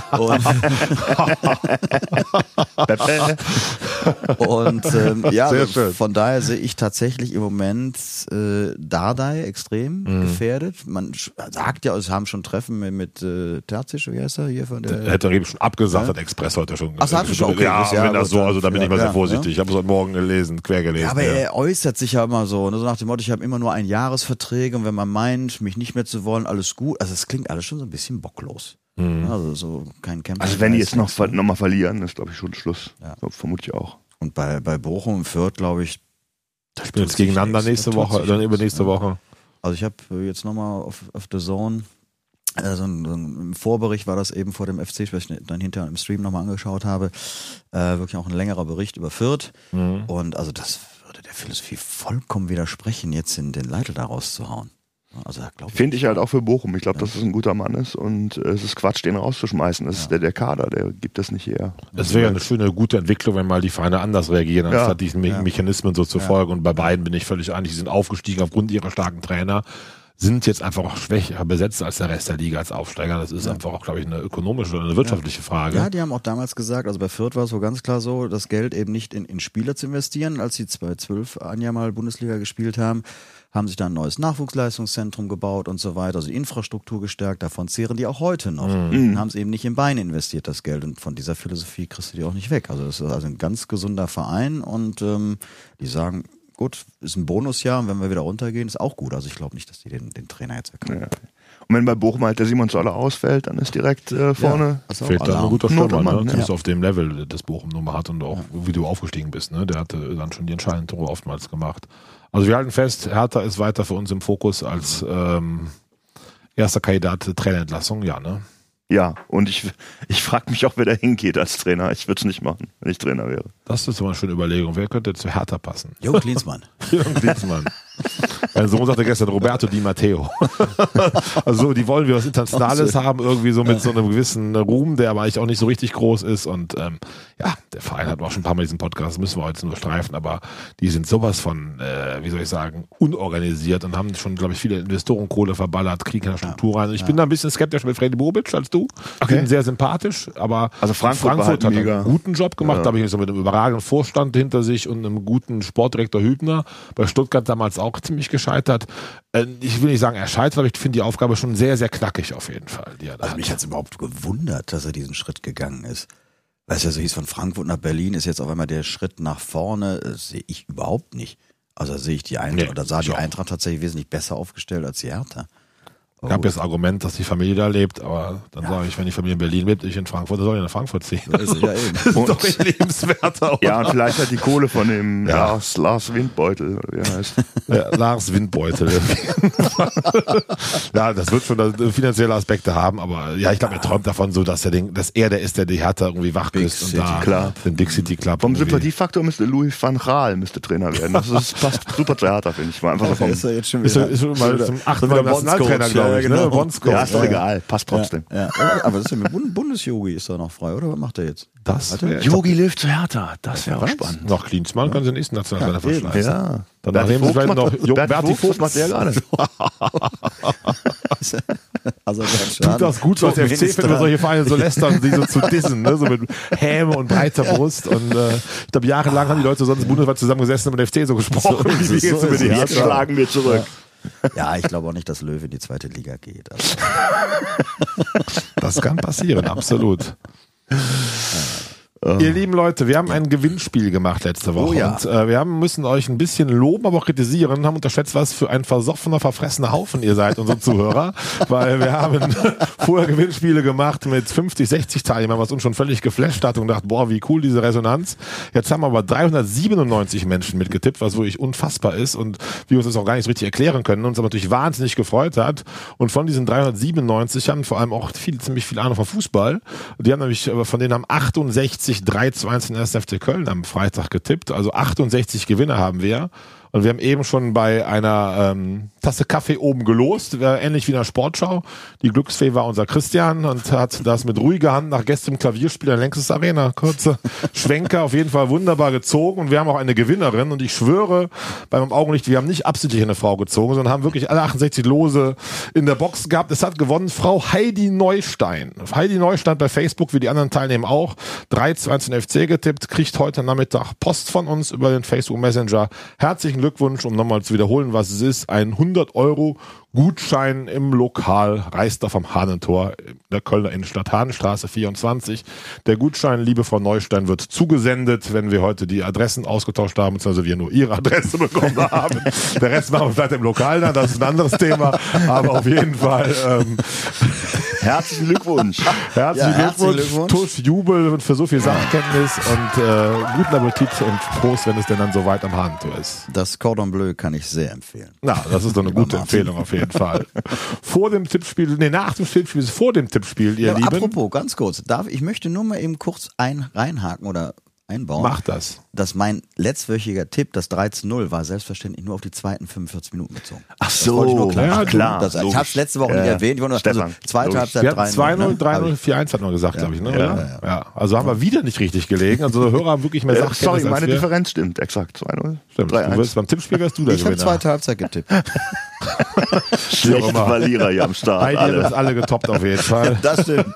Und ja, Sehr schön. von daher sehe ich tatsächlich im Moment Dardai extrem gefährdet. Man sagt ja, es haben schon Treffen mit Terzic, wie heißt er hier von der? Hätte er eben schon abgesagt, hat Express heute schon. Ach, hat er schon, okay. Ja, Ja, wenn das so, also da bin ich mal sehr ja, vorsichtig. Ich habe es heute Morgen gelesen, quer gelesen. Ja, aber er äußert sich ja immer so, ne, so nach dem Motto, ich habe immer nur Einjahresverträge und wenn man meint, mich nicht mehr zu wollen, alles gut. Also es klingt alles schon so ein bisschen bocklos. Also so kein Camp. Also wenn die jetzt noch mal verlieren, ist glaube ich schon Schluss. Ja. Vermute ich auch. Und bei Bochum und Fürth, glaube ich, da spielen jetzt gegeneinander nächste Woche, dann übernächste Woche. Also ich habe jetzt nochmal auf The Zone Im Vorbericht war das eben vor dem FC, was ich dann hinterher im Stream nochmal angeschaut habe, wirklich auch ein längerer Bericht über Fürth. Und also das würde der Philosophie vollkommen widersprechen, jetzt den Leitl da rauszuhauen. Also, finde ich halt auch für Bochum. Ich glaube, dass es ein guter Mann ist und es ist Quatsch, den rauszuschmeißen. Das ist der Kader, der gibt das nicht her. Es wäre ja eine schöne, gute Entwicklung, wenn mal die Vereine anders reagieren, anstatt diesen Mechanismen so zu folgen. Und bei beiden bin ich völlig einig, die sind aufgestiegen aufgrund ihrer starken Trainer, sind jetzt einfach auch schwächer besetzt als der Rest der Liga als Aufsteiger. Das ist einfach auch, glaube ich, eine ökonomische oder eine wirtschaftliche Frage. Ja, die haben auch damals gesagt, also bei Fürth war es so ganz klar so, das Geld eben nicht in Spieler zu investieren. Als sie 2012 ein Jahr mal Bundesliga gespielt haben sich da ein neues Nachwuchsleistungszentrum gebaut und so weiter, also die Infrastruktur gestärkt, davon zehren die auch heute noch. Und haben es eben nicht in Beine investiert, das Geld. Und von dieser Philosophie kriegst du die auch nicht weg. Also das ist also ein ganz gesunder Verein und die sagen, gut, ist ein Bonusjahr und wenn wir wieder runtergehen, ist auch gut. Also ich glaube nicht, dass die den Trainer jetzt erkennen. Ja. Und wenn bei Bochum halt der Simon Zoller ausfällt, dann ist direkt vorne... Fehlt dann ein guter Stürmer, ne? Zumindest auf dem Level, das Bochum Nummer hat und auch wie du aufgestiegen bist. Ne? Der hatte dann schon die entscheidenden Tore oftmals gemacht. Also wir halten fest, Hertha ist weiter für uns im Fokus als erster Kandidat Trainerentlassung, ja, ne? Ja, und ich frage mich auch, wer da hingeht als Trainer. Ich würde es nicht machen, wenn ich Trainer wäre. Das ist immer eine schöne Überlegung. Wer könnte zu Hertha passen? Jürgen Klinsmann. Jürgen Klinsmann. Mein Sohn sagte gestern Roberto Di Matteo. Also die wollen wir was Internationales haben, irgendwie so mit so einem gewissen Ruhm, der aber eigentlich auch nicht so richtig groß ist. Und der Verein hat auch schon ein paar Mal diesen Podcast, das müssen wir heute nur streifen, aber die sind sowas von, unorganisiert und haben schon, glaube ich, viele Investorenkohle verballert, kriegen keine Struktur rein. Und ich bin da ein bisschen skeptisch mit Freddy Bobic als du. Ich bin sehr sympathisch, aber also Frankfurt hat einen guten Job gemacht, da habe ich so mit einem überragenden Vorstand hinter sich und einem guten Sportdirektor Hübner. Bei Stuttgart damals auch ziemlich gescheitert. Ich will nicht sagen, er scheitert, aber ich finde die Aufgabe schon sehr, sehr knackig auf jeden Fall. Also mich hat es überhaupt gewundert, dass er diesen Schritt gegangen ist. Weil es ja so hieß, von Frankfurt nach Berlin ist jetzt auf einmal der Schritt nach vorne, sehe ich überhaupt nicht. Also sehe ich die Eintracht, oder sah die Eintracht tatsächlich wesentlich besser aufgestellt als die Hertha. Ich habe jetzt das Argument, dass die Familie da lebt, aber dann sage ich, wenn die Familie in Berlin lebt, ich in Frankfurt, dann soll ich nach Frankfurt ziehen. So ist es ja eben. Das ist doch nicht lebenswerter, oder? Ja, und vielleicht hat die Kohle von dem Lars Windbeutel, oder wie er heißt. Lars Windbeutel. Ja, das wird schon finanzielle Aspekte haben, aber ja, ich glaube, er träumt davon so, dass er der ist, der die Hertha irgendwie wach küsst und da den Big City Club. Vom Sympathiefaktor müsste Louis van Gaal Trainer werden. Das passt super zu Hertha, finde ich. Mal einfach ist er jetzt schon wieder. Ist schon mal zum 8. Mal Nationaltrainer, glaube ich. Genau. Ja, ist doch egal. Passt trotzdem. Ja. Aber das ist ja mit Bundesjogi ist da noch frei, oder? Was macht er jetzt? Jogi Löw zu Hertha. Das wäre auch spannend. Noch Klinsmann können sie den nächsten Nationaltrainer verschleißen. Ja. Danach nehmen sie vielleicht noch Berti Vogt. Was macht der gerade? Also tut das gut, was der FC, wenn wir solche Vereine so lästern, die so zu dissen, ne? So mit Häme und breiter Brust. Und ich glaube, jahrelang haben die Leute sonst bundesweit zusammengesessen und mit dem FC so gesprochen. Jetzt schlagen wir zurück. Ja, ich glaube auch nicht, dass Löw in die zweite Liga geht. Also. Das kann passieren, absolut. Ihr lieben Leute, wir haben ein Gewinnspiel gemacht letzte Woche. Oh ja. Und wir müssen euch ein bisschen loben, aber auch kritisieren, haben unterschätzt, was für ein versoffener, verfressener Haufen ihr seid, unsere Zuhörer. Weil wir haben vorher Gewinnspiele gemacht mit 50, 60 Teilnehmern, was uns schon völlig geflasht hat und gedacht, boah, wie cool diese Resonanz. Jetzt haben aber 397 Menschen mitgetippt, was wirklich unfassbar ist und wir uns das auch gar nicht so richtig erklären können, uns aber natürlich wahnsinnig gefreut hat. Und von diesen 397 haben vor allem auch ziemlich viel Ahnung von Fußball. Die haben nämlich, von denen haben 68 3-2-1 den 1. FC Köln am Freitag getippt. Also 68 Gewinner haben wir. Und wir haben eben schon bei einer Tasse Kaffee oben gelost, ähnlich wie in der Sportschau. Die Glücksfee war unser Christian und hat das mit ruhiger Hand nach gestem Klavierspiel in der Längstes Arena. Kurze Schwenker, auf jeden Fall wunderbar gezogen. Und wir haben auch eine Gewinnerin. Und ich schwöre bei meinem Augenlicht, wir haben nicht absichtlich eine Frau gezogen, sondern haben wirklich alle 68 Lose in der Box gehabt. Es hat gewonnen Frau Heidi Neustein. Heidi Neustein bei Facebook, wie die anderen Teilnehmer auch. 3-2-1 den FC getippt, kriegt heute Nachmittag Post von uns über den Facebook Messenger. Herzlichen Glückwunsch, um nochmal zu wiederholen, was es ist. Ein 100€ Gutschein im Lokal Reisdorf am Hahnentor in der Kölner Innenstadt, Hahnenstraße 24. Der Gutschein, liebe Frau Neustein, wird zugesendet, wenn wir heute die Adressen ausgetauscht haben, beziehungsweise wir nur Ihre Adresse bekommen haben. Der Rest machen wir vielleicht im Lokal dann, das ist ein anderes Thema. Aber auf jeden Fall Herzlichen Glückwunsch. Herzlichen Glückwunsch. Tusch, Jubel und für so viel Sachkenntnis und guten Appetit und Prost, wenn es denn dann so weit am Handtuch ist. Das Cordon Bleu kann ich sehr empfehlen. Na, das ist doch eine gute Empfehlung auf jeden Fall. Vor dem Tippspiel, nach dem Tippspiel ist vor dem Tippspiel, ihr Lieben. Apropos, ganz kurz, ich möchte nur mal eben kurz reinhaken oder einbauen. Mach das. Dass mein letztwöchiger Tipp, das 3:0, war selbstverständlich nur auf die zweiten 45 Minuten bezogen. Ach so, klar. Ich habe es letzte Woche nicht erwähnt. Ich wollte nur, zweite Halbzeit 3-0, 3-0, 4-1 hat man gesagt, glaube ich. Ne? Ja. Also haben wir wieder nicht richtig gelegen. Also Hörer haben wirklich mehr Sachkenntnis. Sorry, meine Differenz stimmt, exakt. 2-0. Stimmt. Beim Tippspiel wärst du der Gewinner. Ich habe zweite Halbzeit getippt. Schlechte Verlierer hier am Start. Heidi hat alle getoppt auf jeden Fall. Das stimmt.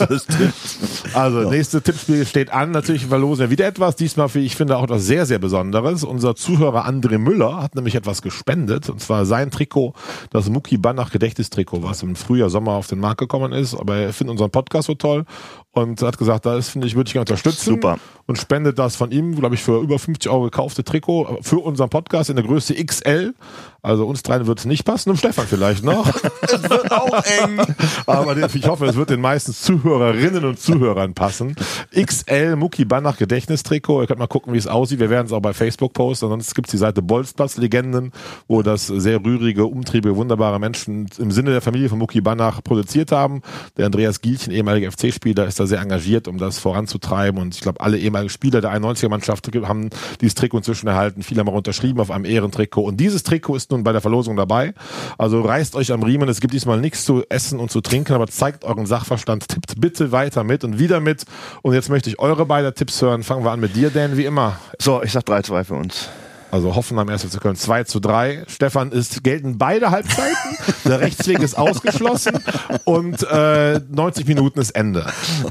Also, nächste Tippspiel steht an. Natürlich verlosen wir wieder etwas. Diesmal, ich finde, auch etwas sehr, sehr Besonderes. Unser Zuhörer André Müller hat nämlich etwas gespendet. Und zwar sein Trikot, das Mucki Banach Gedächtnistrikot, was im Frühjahr, Sommer auf den Markt gekommen ist. Aber er findet unseren Podcast so toll und hat gesagt, das finde ich, würde ich gerne unterstützen. Super. Und spendet das von ihm, glaube ich, für über 50 € gekaufte Trikot für unseren Podcast in der Größe XL. Also uns dreien wird es nicht passen, und Stefan vielleicht noch. Es wird auch eng. Aber ich hoffe, es wird den meisten Zuhörerinnen und Zuhörern passen. XL Mucki Banach Gedächtnistrikot. Ihr könnt mal gucken, wie es aussieht. Wir werden es auch bei Facebook posten. Ansonsten gibt es die Seite Bolzplatz Legenden, wo das sehr rührige, umtriebige, wunderbare Menschen im Sinne der Familie von Mucki Banach produziert haben. Der Andreas Gielchen, ehemaliger FC-Spieler, ist da sehr engagiert, um das voranzutreiben. Und ich glaube, alle ehemaligen Spieler der 91er-Mannschaft haben dieses Trikot inzwischen erhalten. Viele haben auch unterschrieben auf einem Ehrentrikot. Und dieses Trikot ist nun bei der Verlosung dabei. Also reißt euch am Riemen. Es gibt diesmal nichts zu essen und zu trinken, aber zeigt euren Sachverstand. Tippt bitte weiter mit und wieder mit. Und jetzt möchte ich eure beiden Tipps hören. Fangen wir an mit dir, Dan, wie immer. So, ich sag 3-2 für uns. Also Hoffenheim 1. FC Köln 2:3. Stefan, gelten beide Halbzeiten. Der Rechtsweg ist ausgeschlossen und 90 Minuten ist Ende.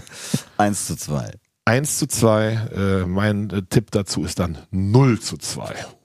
1:2. 1:2. Mein Tipp dazu ist dann 0:2.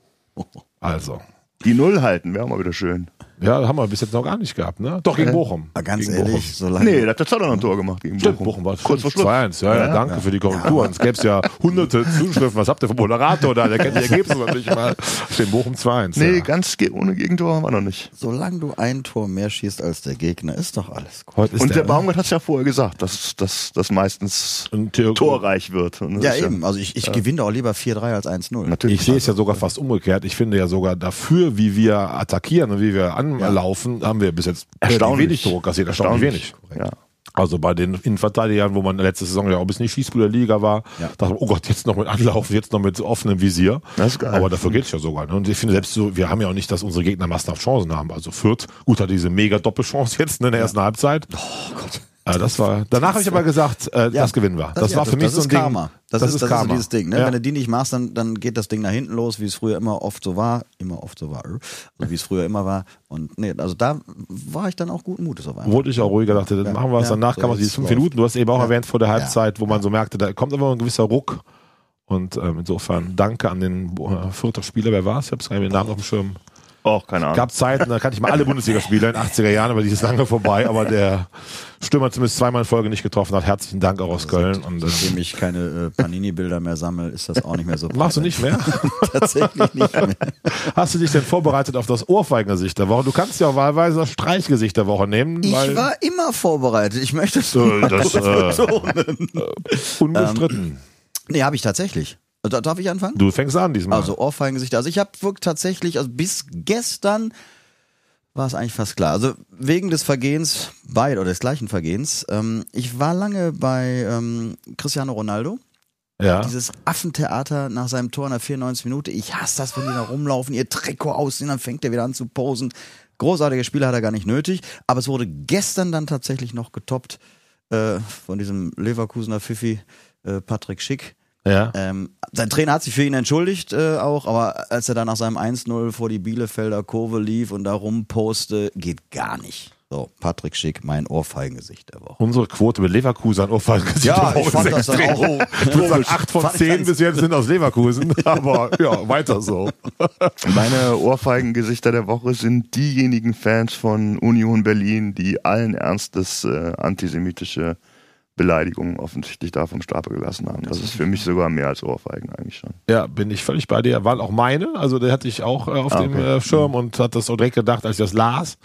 Also. Die 0 halten, wäre auch mal wieder schön. Ja, haben wir bis jetzt noch gar nicht gehabt, ne? Doch, gegen Bochum. Ganz gegen ehrlich, Bochum. so lange. Nee, da hat noch ein Tor gemacht gegen Bochum. Stimmt, Bochum war kurz vor Schluss. 2-1. Ja, danke für die Korrekturen. Es gäbe ja hunderte Zuschriften. Was habt ihr für Moderator da? Der kennt die Ergebnisse noch nicht mal. Steht Bochum 2-1. Nee, ja. ganz ohne Gegentor haben wir noch nicht. Solange du ein Tor mehr schießt als der Gegner, ist doch alles gut. Heute ist Und der Baumgart hat es ja vorher gesagt, dass das meistens torreich wird. Und ja, eben. Also ich gewinne auch lieber 4:3 als 1:0. Natürlich. Ich sehe es ja sogar fast umgekehrt. Ich finde ja sogar dafür, wie wir attackieren und wie wir anlaufen, haben wir bis jetzt wenig Druck kassiert. Erstaunlich wenig. Ja. Also bei den Innenverteidigern, wo man letzte Saison ja auch ein bisschen nicht Schießbude der Liga war, dachte man, oh Gott, jetzt noch mit Anlaufen, jetzt noch mit offenem Visier. Das ist geil. Aber dafür geht es ja sogar. Ne? Und ich finde selbst so, wir haben ja auch nicht, dass unsere Gegner massenhaft Chancen haben. Also Fürth, gut, hat diese mega Doppelchance jetzt in der ersten Halbzeit. Oh Gott. Danach habe ich aber gesagt, das gewinnen wir. Das war für mich so ein Karma. Ding. Das ist Karma. so dieses Ding. Ne? Ja. Wenn du die nicht machst, dann geht das Ding nach hinten los, wie es früher immer oft so war. Also wie es früher immer war. Und nee, also da war ich dann auch guten Mutes auf einmal. Wurde ich auch ruhiger, dachte, dann machen wir es. Danach kam es diese 5 Minuten. Du hast eben auch erwähnt vor der Halbzeit, wo man so merkte, da kommt aber ein gewisser Ruck. Und insofern danke an den Fürther Spieler. Wer war es? Ich habe es gar nicht den Namen auf dem Schirm. Auch keine Ahnung. Gab Zeiten, da kannte ich mal alle Bundesligaspieler in den 80er Jahren, aber die ist lange vorbei. Aber der Stürmer zumindest zweimal in Folge nicht getroffen hat. Herzlichen Dank auch aus Köln. Und nachdem ich keine Panini-Bilder mehr sammle, ist das auch nicht mehr so. Machst du nicht mehr? Tatsächlich nicht mehr. Hast du dich denn vorbereitet auf das Ohrfeigengesicht der Woche? Du kannst ja auch wahlweise das Streichgesicht der Woche nehmen. Ich war immer vorbereitet. Ich möchte das betonen. Unbestritten. Nee, habe ich tatsächlich. Darf ich anfangen? Du fängst an diesmal. Also Ohrfeigengesichter. Also ich habe wirklich tatsächlich, also bis gestern war es eigentlich fast klar. Also wegen des Vergehens, oder des gleichen Vergehens. Ich war lange bei Cristiano Ronaldo. Ja. Dieses Affentheater nach seinem Tor in der 94. Minute. Ich hasse das, wenn die da rumlaufen, ihr Trikot ausziehen, dann fängt er wieder an zu posen. Großartige Spieler hat er gar nicht nötig. Aber es wurde gestern dann tatsächlich noch getoppt von diesem Leverkusener Pfiffi Patrick Schick. Ja. Sein Trainer hat sich für ihn entschuldigt auch, aber als er dann nach seinem 1:0 vor die Bielefelder Kurve lief und da rumposte, geht gar nicht. So, Patrick Schick, mein Ohrfeigengesicht der Woche. Unsere Quote mit Leverkusen an Ohrfeigengesicht. Ja, ich fand das dann auch. Ich würde sagen, 8 von 10 bis jetzt sind aus Leverkusen, aber ja, weiter so. Meine Ohrfeigengesichter der Woche sind diejenigen Fans von Union Berlin, die allen Ernstes antisemitische Beleidigungen offensichtlich da vom Stapel gelassen haben. Das ist für mich sogar mehr als Ohrfeigen eigentlich schon. Ja, bin ich völlig bei dir. Waren auch meine, also der hatte ich auch auf dem Schirm und hat das auch direkt gedacht, als ich das las.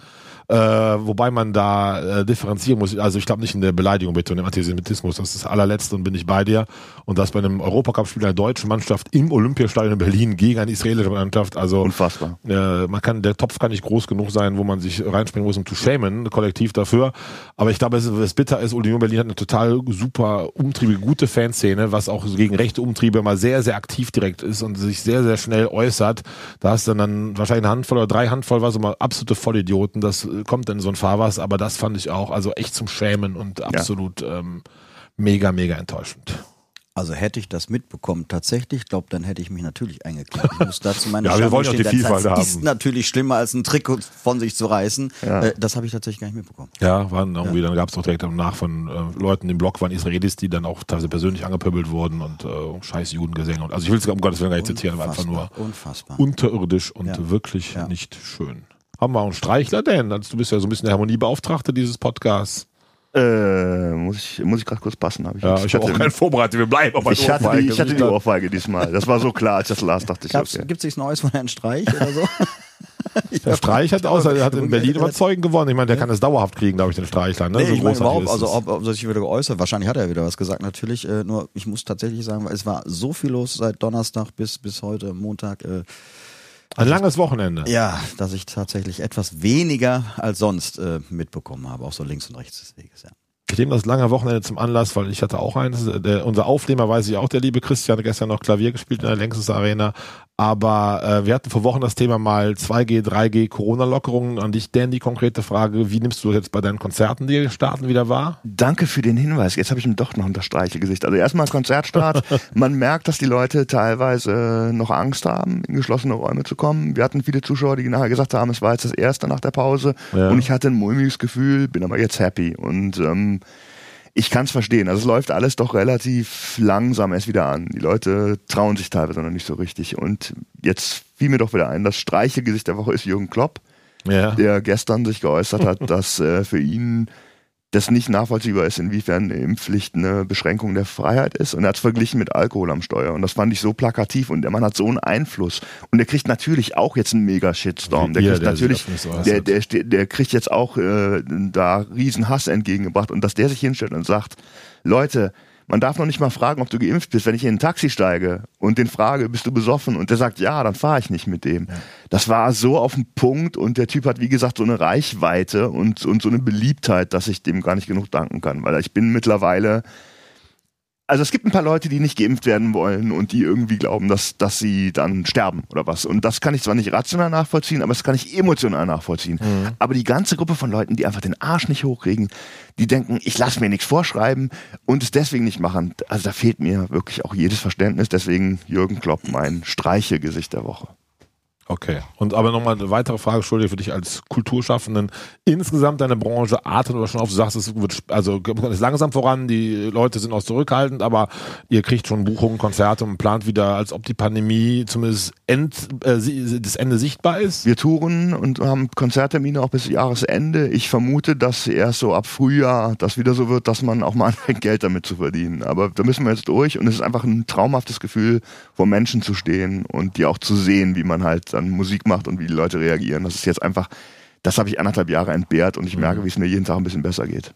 Wobei man da differenzieren muss. Also ich glaube nicht in der Beleidigung bitte und im Antisemitismus. Das ist das allerletzte und bin ich bei dir. Und das bei einem Europacup-Spiel einer deutschen Mannschaft im Olympiastadion in Berlin gegen eine israelische Mannschaft. Also unfassbar. Der Topf kann nicht groß genug sein, wo man sich reinspringen muss, um zu schämen, kollektiv dafür. Aber ich glaube, es bitter ist, Union Berlin hat eine total super umtriebige, gute Fanszene, was auch gegen rechte Umtriebe mal sehr, sehr aktiv direkt ist und sich sehr, sehr schnell äußert. Da hast du dann wahrscheinlich eine Handvoll oder 3 Handvoll, was immer absolute Vollidioten. Das kommt dann in so ein Fahrwasser, aber das fand ich auch, also echt zum Schämen und absolut mega, mega enttäuschend. Also hätte ich das mitbekommen, tatsächlich, ich glaube, dann hätte ich mich natürlich eingeklickt. Ich muss dazu meine wir wollen auch die Vielfalt haben. Das ist natürlich schlimmer, als ein Trick von sich zu reißen. Ja. Das habe ich tatsächlich gar nicht mitbekommen. Ja, dann gab es auch direkt danach von Leuten im Blog, waren Israelis, die dann auch teilweise persönlich angepöbelt wurden und scheiß Judengesänge. Also ich will es um Gottes Willen gar nicht zitieren, aber einfach nur unterirdisch und wirklich nicht schön. Haben wir auch einen Streichler, denn du bist ja so ein bisschen der Harmoniebeauftragte dieses Podcasts. Muss ich gerade kurz passen. Ich habe auch keinen vorbereitet, wir bleiben auf Ich hatte die Ohrfeige diesmal. Das war so klar, als das las, dachte ich, okay. Gibt es nichts Neues von Herrn Streich oder so? Der Streich hat in Berlin überzeugend gewonnen. Ich meine, der kann es dauerhaft kriegen, glaube ich, den Streichler. Ne? Nee, so ich meine überhaupt, also ob er sich wieder geäußert, wahrscheinlich hat er wieder was gesagt, natürlich. Nur ich muss tatsächlich sagen, es war so viel los seit Donnerstag bis heute Montag. Ein langes Wochenende. Ja, dass ich tatsächlich etwas weniger als sonst mitbekommen habe, auch so links und rechts des Weges, ja. Ich nehme das lange Wochenende zum Anlass, weil ich hatte auch eins. Unser Aufnehmer, weiß ich auch, der liebe Christian, hat gestern noch Klavier gespielt in der Längstes Arena. Aber wir hatten vor Wochen das Thema mal 2G, 3G, Corona-Lockerungen. An dich, Dan, die konkrete Frage, wie nimmst du jetzt bei deinen Konzerten, die starten, wieder wahr? Danke für den Hinweis. Jetzt habe ich ihm doch noch ein Streichelgesicht. Also erstmal Konzertstart. Man merkt, dass die Leute teilweise noch Angst haben, in geschlossene Räume zu kommen. Wir hatten viele Zuschauer, die nachher gesagt haben, es war jetzt das erste nach der Pause. Ja. Und ich hatte ein mulmiges Gefühl, bin aber jetzt happy. Und ich kann es verstehen. Also es läuft alles doch relativ langsam erst wieder an. Die Leute trauen sich teilweise noch nicht so richtig. Und jetzt fiel mir doch wieder ein, das Streichelgesicht der Woche ist Jürgen Klopp, der gestern sich geäußert hat, dass für ihn das nicht nachvollziehbar ist, inwiefern eine Impfpflicht eine Beschränkung der Freiheit ist. Und er hat es verglichen mit Alkohol am Steuer. Und das fand ich so plakativ. Und der Mann hat so einen Einfluss. Und der kriegt natürlich auch jetzt einen Mega-Shitstorm. Der kriegt jetzt auch da riesen Hass entgegengebracht. Und dass der sich hinstellt und sagt, Leute, man darf noch nicht mal fragen, ob du geimpft bist. Wenn ich in ein Taxi steige und den frage, bist du besoffen? Und der sagt, ja, dann fahre ich nicht mit dem. Ja. Das war so auf den Punkt und der Typ hat, wie gesagt, so eine Reichweite und so eine Beliebtheit, dass ich dem gar nicht genug danken kann. Weil ich bin mittlerweile... Also es gibt ein paar Leute, die nicht geimpft werden wollen und die irgendwie glauben, dass sie dann sterben oder was. Und das kann ich zwar nicht rational nachvollziehen, aber das kann ich emotional nachvollziehen. Mhm. Aber die ganze Gruppe von Leuten, die einfach den Arsch nicht hochkriegen, die denken, ich lasse mir nichts vorschreiben und es deswegen nicht machen. Also da fehlt mir wirklich auch jedes Verständnis. Deswegen Jürgen Klopp, mein Streichelgesicht der Woche. Okay. Und aber nochmal eine weitere Frage, Entschuldige, für dich als Kulturschaffenden. Insgesamt deine Branche atmet oder schon auf, du sagst, es geht langsam voran, die Leute sind auch zurückhaltend, aber ihr kriegt schon Buchungen, Konzerte und plant wieder, als ob die Pandemie zumindest das Ende sichtbar ist? Wir touren und haben Konzerttermine auch bis Jahresende. Ich vermute, dass erst so ab Frühjahr das wieder so wird, dass man auch mal anfängt, Geld damit zu verdienen. Aber da müssen wir jetzt durch und es ist einfach ein traumhaftes Gefühl, vor Menschen zu stehen und die auch zu sehen, wie man halt dann Musik macht und wie die Leute reagieren. Das ist jetzt einfach, das habe ich 1,5 Jahre entbehrt und ich merke, wie es mir jeden Tag ein bisschen besser geht.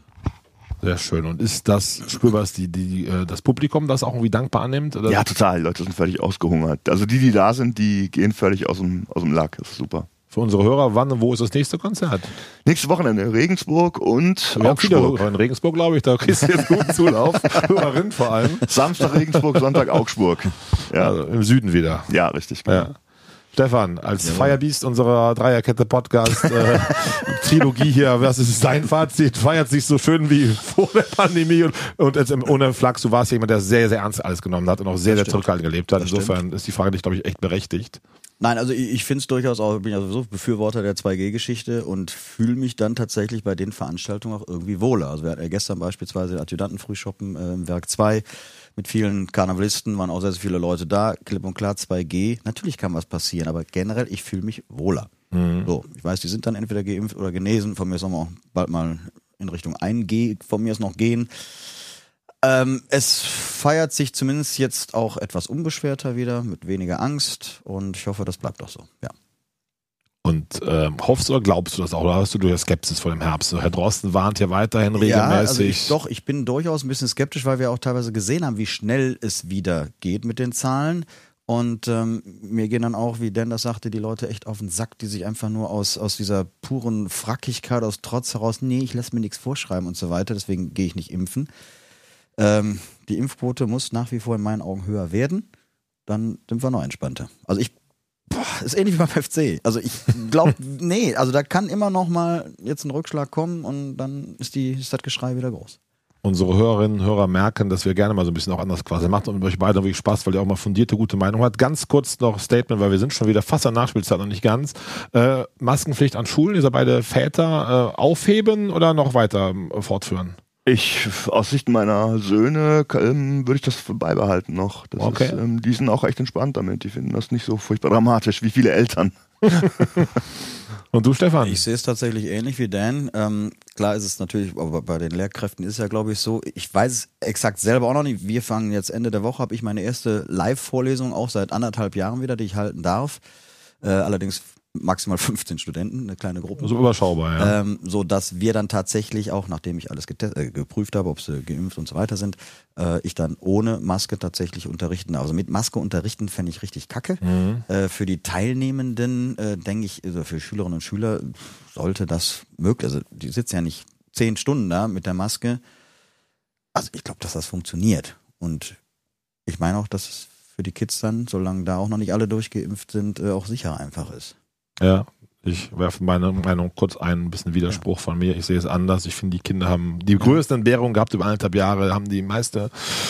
Sehr schön. Und ist das spürbar, dass das Publikum das auch irgendwie dankbar annimmt? Oder? Ja, total. Die Leute sind völlig ausgehungert. Also die da sind, die gehen völlig aus dem Lack. Das ist super. Für unsere Hörer, wann und wo ist das nächste Konzert? Nächstes Wochenende Regensburg und wir haben viele Hörer in Regensburg, glaube ich. Da kriegst du jetzt guten Zulauf. Hörerin vor allem. Samstag Regensburg, Sonntag Augsburg. Ja. Also im Süden wieder. Ja, richtig. Genau. Ja. Stefan, als Firebeast unserer Dreierkette-Podcast Trilogie hier, was ist dein Fazit? Feiert sich so schön wie vor der Pandemie und jetzt ohne Flachs, du warst jemand, der sehr, sehr ernst alles genommen hat und auch sehr, sehr zurückhaltend gelebt hat. Insofern ist die Frage nicht, glaube ich, echt berechtigt. Nein, also ich finde es durchaus auch, bin ja sowieso Befürworter der 2G-Geschichte und fühle mich dann tatsächlich bei den Veranstaltungen auch irgendwie wohler. Also wir hatten ja gestern beispielsweise Adjutantenfrühschoppen im Werk 2 mit vielen Karnevalisten, waren auch sehr, sehr viele Leute da, klipp und klar 2G. Natürlich kann was passieren, aber generell, ich fühle mich wohler. Mhm. So, ich weiß, die sind dann entweder geimpft oder genesen, von mir ist auch bald mal in Richtung 1G, von mir ist noch gehen. Es feiert sich zumindest jetzt auch etwas unbeschwerter wieder, mit weniger Angst und ich hoffe, das bleibt auch so, ja. Und hoffst oder glaubst du das auch? Oder hast du durch Skepsis vor dem Herbst? So, Herr Drosten warnt ja weiterhin regelmäßig. Ja, also ich bin durchaus ein bisschen skeptisch, weil wir auch teilweise gesehen haben, wie schnell es wieder geht mit den Zahlen. Und mir gehen dann auch, wie Dan das sagte, die Leute echt auf den Sack, die sich einfach nur aus dieser puren Frackigkeit, aus Trotz heraus, nee, ich lasse mir nichts vorschreiben und so weiter, deswegen gehe ich nicht impfen. Die Impfquote muss nach wie vor in meinen Augen höher werden, dann sind wir noch entspannter. Also ist ähnlich wie beim FC. Also ich glaube, nee, also da kann immer noch mal jetzt ein Rückschlag kommen und dann ist das Geschrei wieder groß. Unsere Hörerinnen und Hörer merken, dass wir gerne mal so ein bisschen auch anders quasi macht und mit euch beiden wirklich Spaß, weil ihr auch mal fundierte, gute Meinung hat. Ganz kurz noch Statement, weil wir sind schon wieder fast an Nachspielzeit, noch nicht ganz. Maskenpflicht an Schulen, ihr seid beide Väter, aufheben oder noch weiter fortführen? Aus Sicht meiner Söhne würde ich das beibehalten noch. Das okay. Ist, die sind auch echt entspannt damit. Die finden das nicht so furchtbar dramatisch wie viele Eltern. Und du, Stefan? Ich sehe es tatsächlich ähnlich wie Dan. Klar ist es natürlich, aber bei den Lehrkräften ist es ja, glaube ich, so. Ich weiß es exakt selber auch noch nicht. Wir fangen jetzt Ende der Woche, habe ich meine erste Live-Vorlesung auch seit 1,5 Jahren wieder, die ich halten darf. Allerdings maximal 15 Studenten, eine kleine Gruppe. So überschaubar, ja. So dass wir dann tatsächlich auch, nachdem ich alles geprüft habe, ob sie geimpft und so weiter sind, ich dann ohne Maske tatsächlich unterrichten. Also mit Maske unterrichten fände ich richtig kacke. Für die Teilnehmenden, denke ich, also für Schülerinnen und Schüler sollte das möglich, also die sitzen ja nicht 10 Stunden da mit der Maske. Also ich glaube, dass das funktioniert. Und ich meine auch, dass es für die Kids dann, solange da auch noch nicht alle durchgeimpft sind, auch sicher einfach ist. Ja, ich werfe meine Meinung kurz ein bisschen Widerspruch von mir. Ich sehe es anders. Ich finde, die Kinder haben die größte Entbehrung gehabt über 1,5 Jahre, haben die meiste,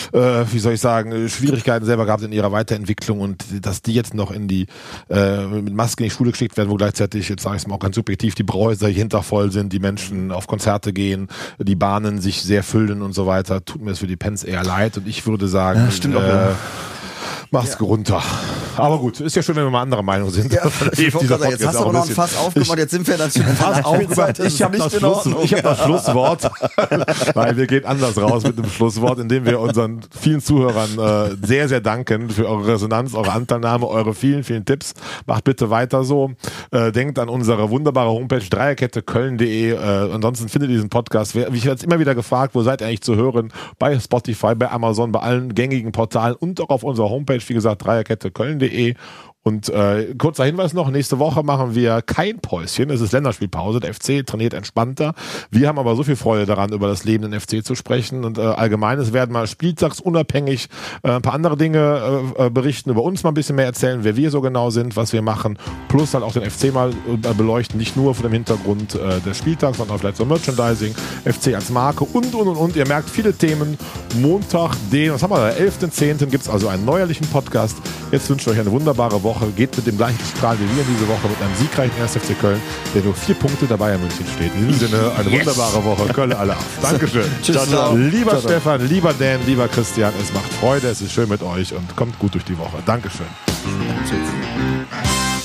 Schwierigkeiten selber gehabt in ihrer Weiterentwicklung und dass die jetzt noch mit Masken in die Schule geschickt werden, wo gleichzeitig, jetzt sage ich es mal auch ganz subjektiv, die Brauhäuser hintervoll sind, die Menschen auf Konzerte gehen, die Bahnen sich sehr füllen und so weiter, tut mir das für die Pens eher leid und ich würde sagen, ja, stimmt auch, ja. Maske runter. Aber gut, ist ja schön, wenn wir mal anderer Meinung sind. Ja, jetzt hast du aber noch ein Fass aufgemacht, jetzt sind wir natürlich Fass aufgemacht. Ich habe das Schlusswort, weil wir gehen anders raus mit dem Schlusswort, indem wir unseren vielen Zuhörern sehr, sehr danken für eure Resonanz, eure Anteilnahme, eure vielen, vielen Tipps. Macht bitte weiter so. Denkt an unsere wunderbare Homepage dreierketteköln.de. Ansonsten findet ihr diesen Podcast. Ich werde jetzt immer wieder gefragt, wo seid ihr eigentlich zu hören? Bei Spotify, bei Amazon, bei allen gängigen Portalen und auch auf unserer Homepage, wie gesagt, dreierketteköln.de. Und kurzer Hinweis noch, nächste Woche machen wir kein Päuschen, es ist Länderspielpause, der FC trainiert entspannter. Wir haben aber so viel Freude daran, über das Leben in FC zu sprechen und allgemein, es werden mal spieltagsunabhängig ein paar andere Dinge berichten, über uns mal ein bisschen mehr erzählen, wer wir so genau sind, was wir machen, plus halt auch den FC mal beleuchten, nicht nur vor dem Hintergrund des Spieltags, sondern vielleicht so Merchandising, FC als Marke und. Ihr merkt viele Themen. Montag, den 11.10. gibt es also einen neuerlichen Podcast. Jetzt wünsche ich euch eine wunderbare Woche. Geht mit dem gleichen Strahl wie wir in diese Woche mit einem siegreichen 1. FC Köln, der nur 4 Punkte dabei in München steht. In diesem Sinne eine wunderbare Woche. Köln alle auf. Dankeschön. Tschüss. Lieber Ciao. Stefan, lieber Dan, lieber Christian, es macht Freude, es ist schön mit euch und kommt gut durch die Woche. Dankeschön. Tschüss.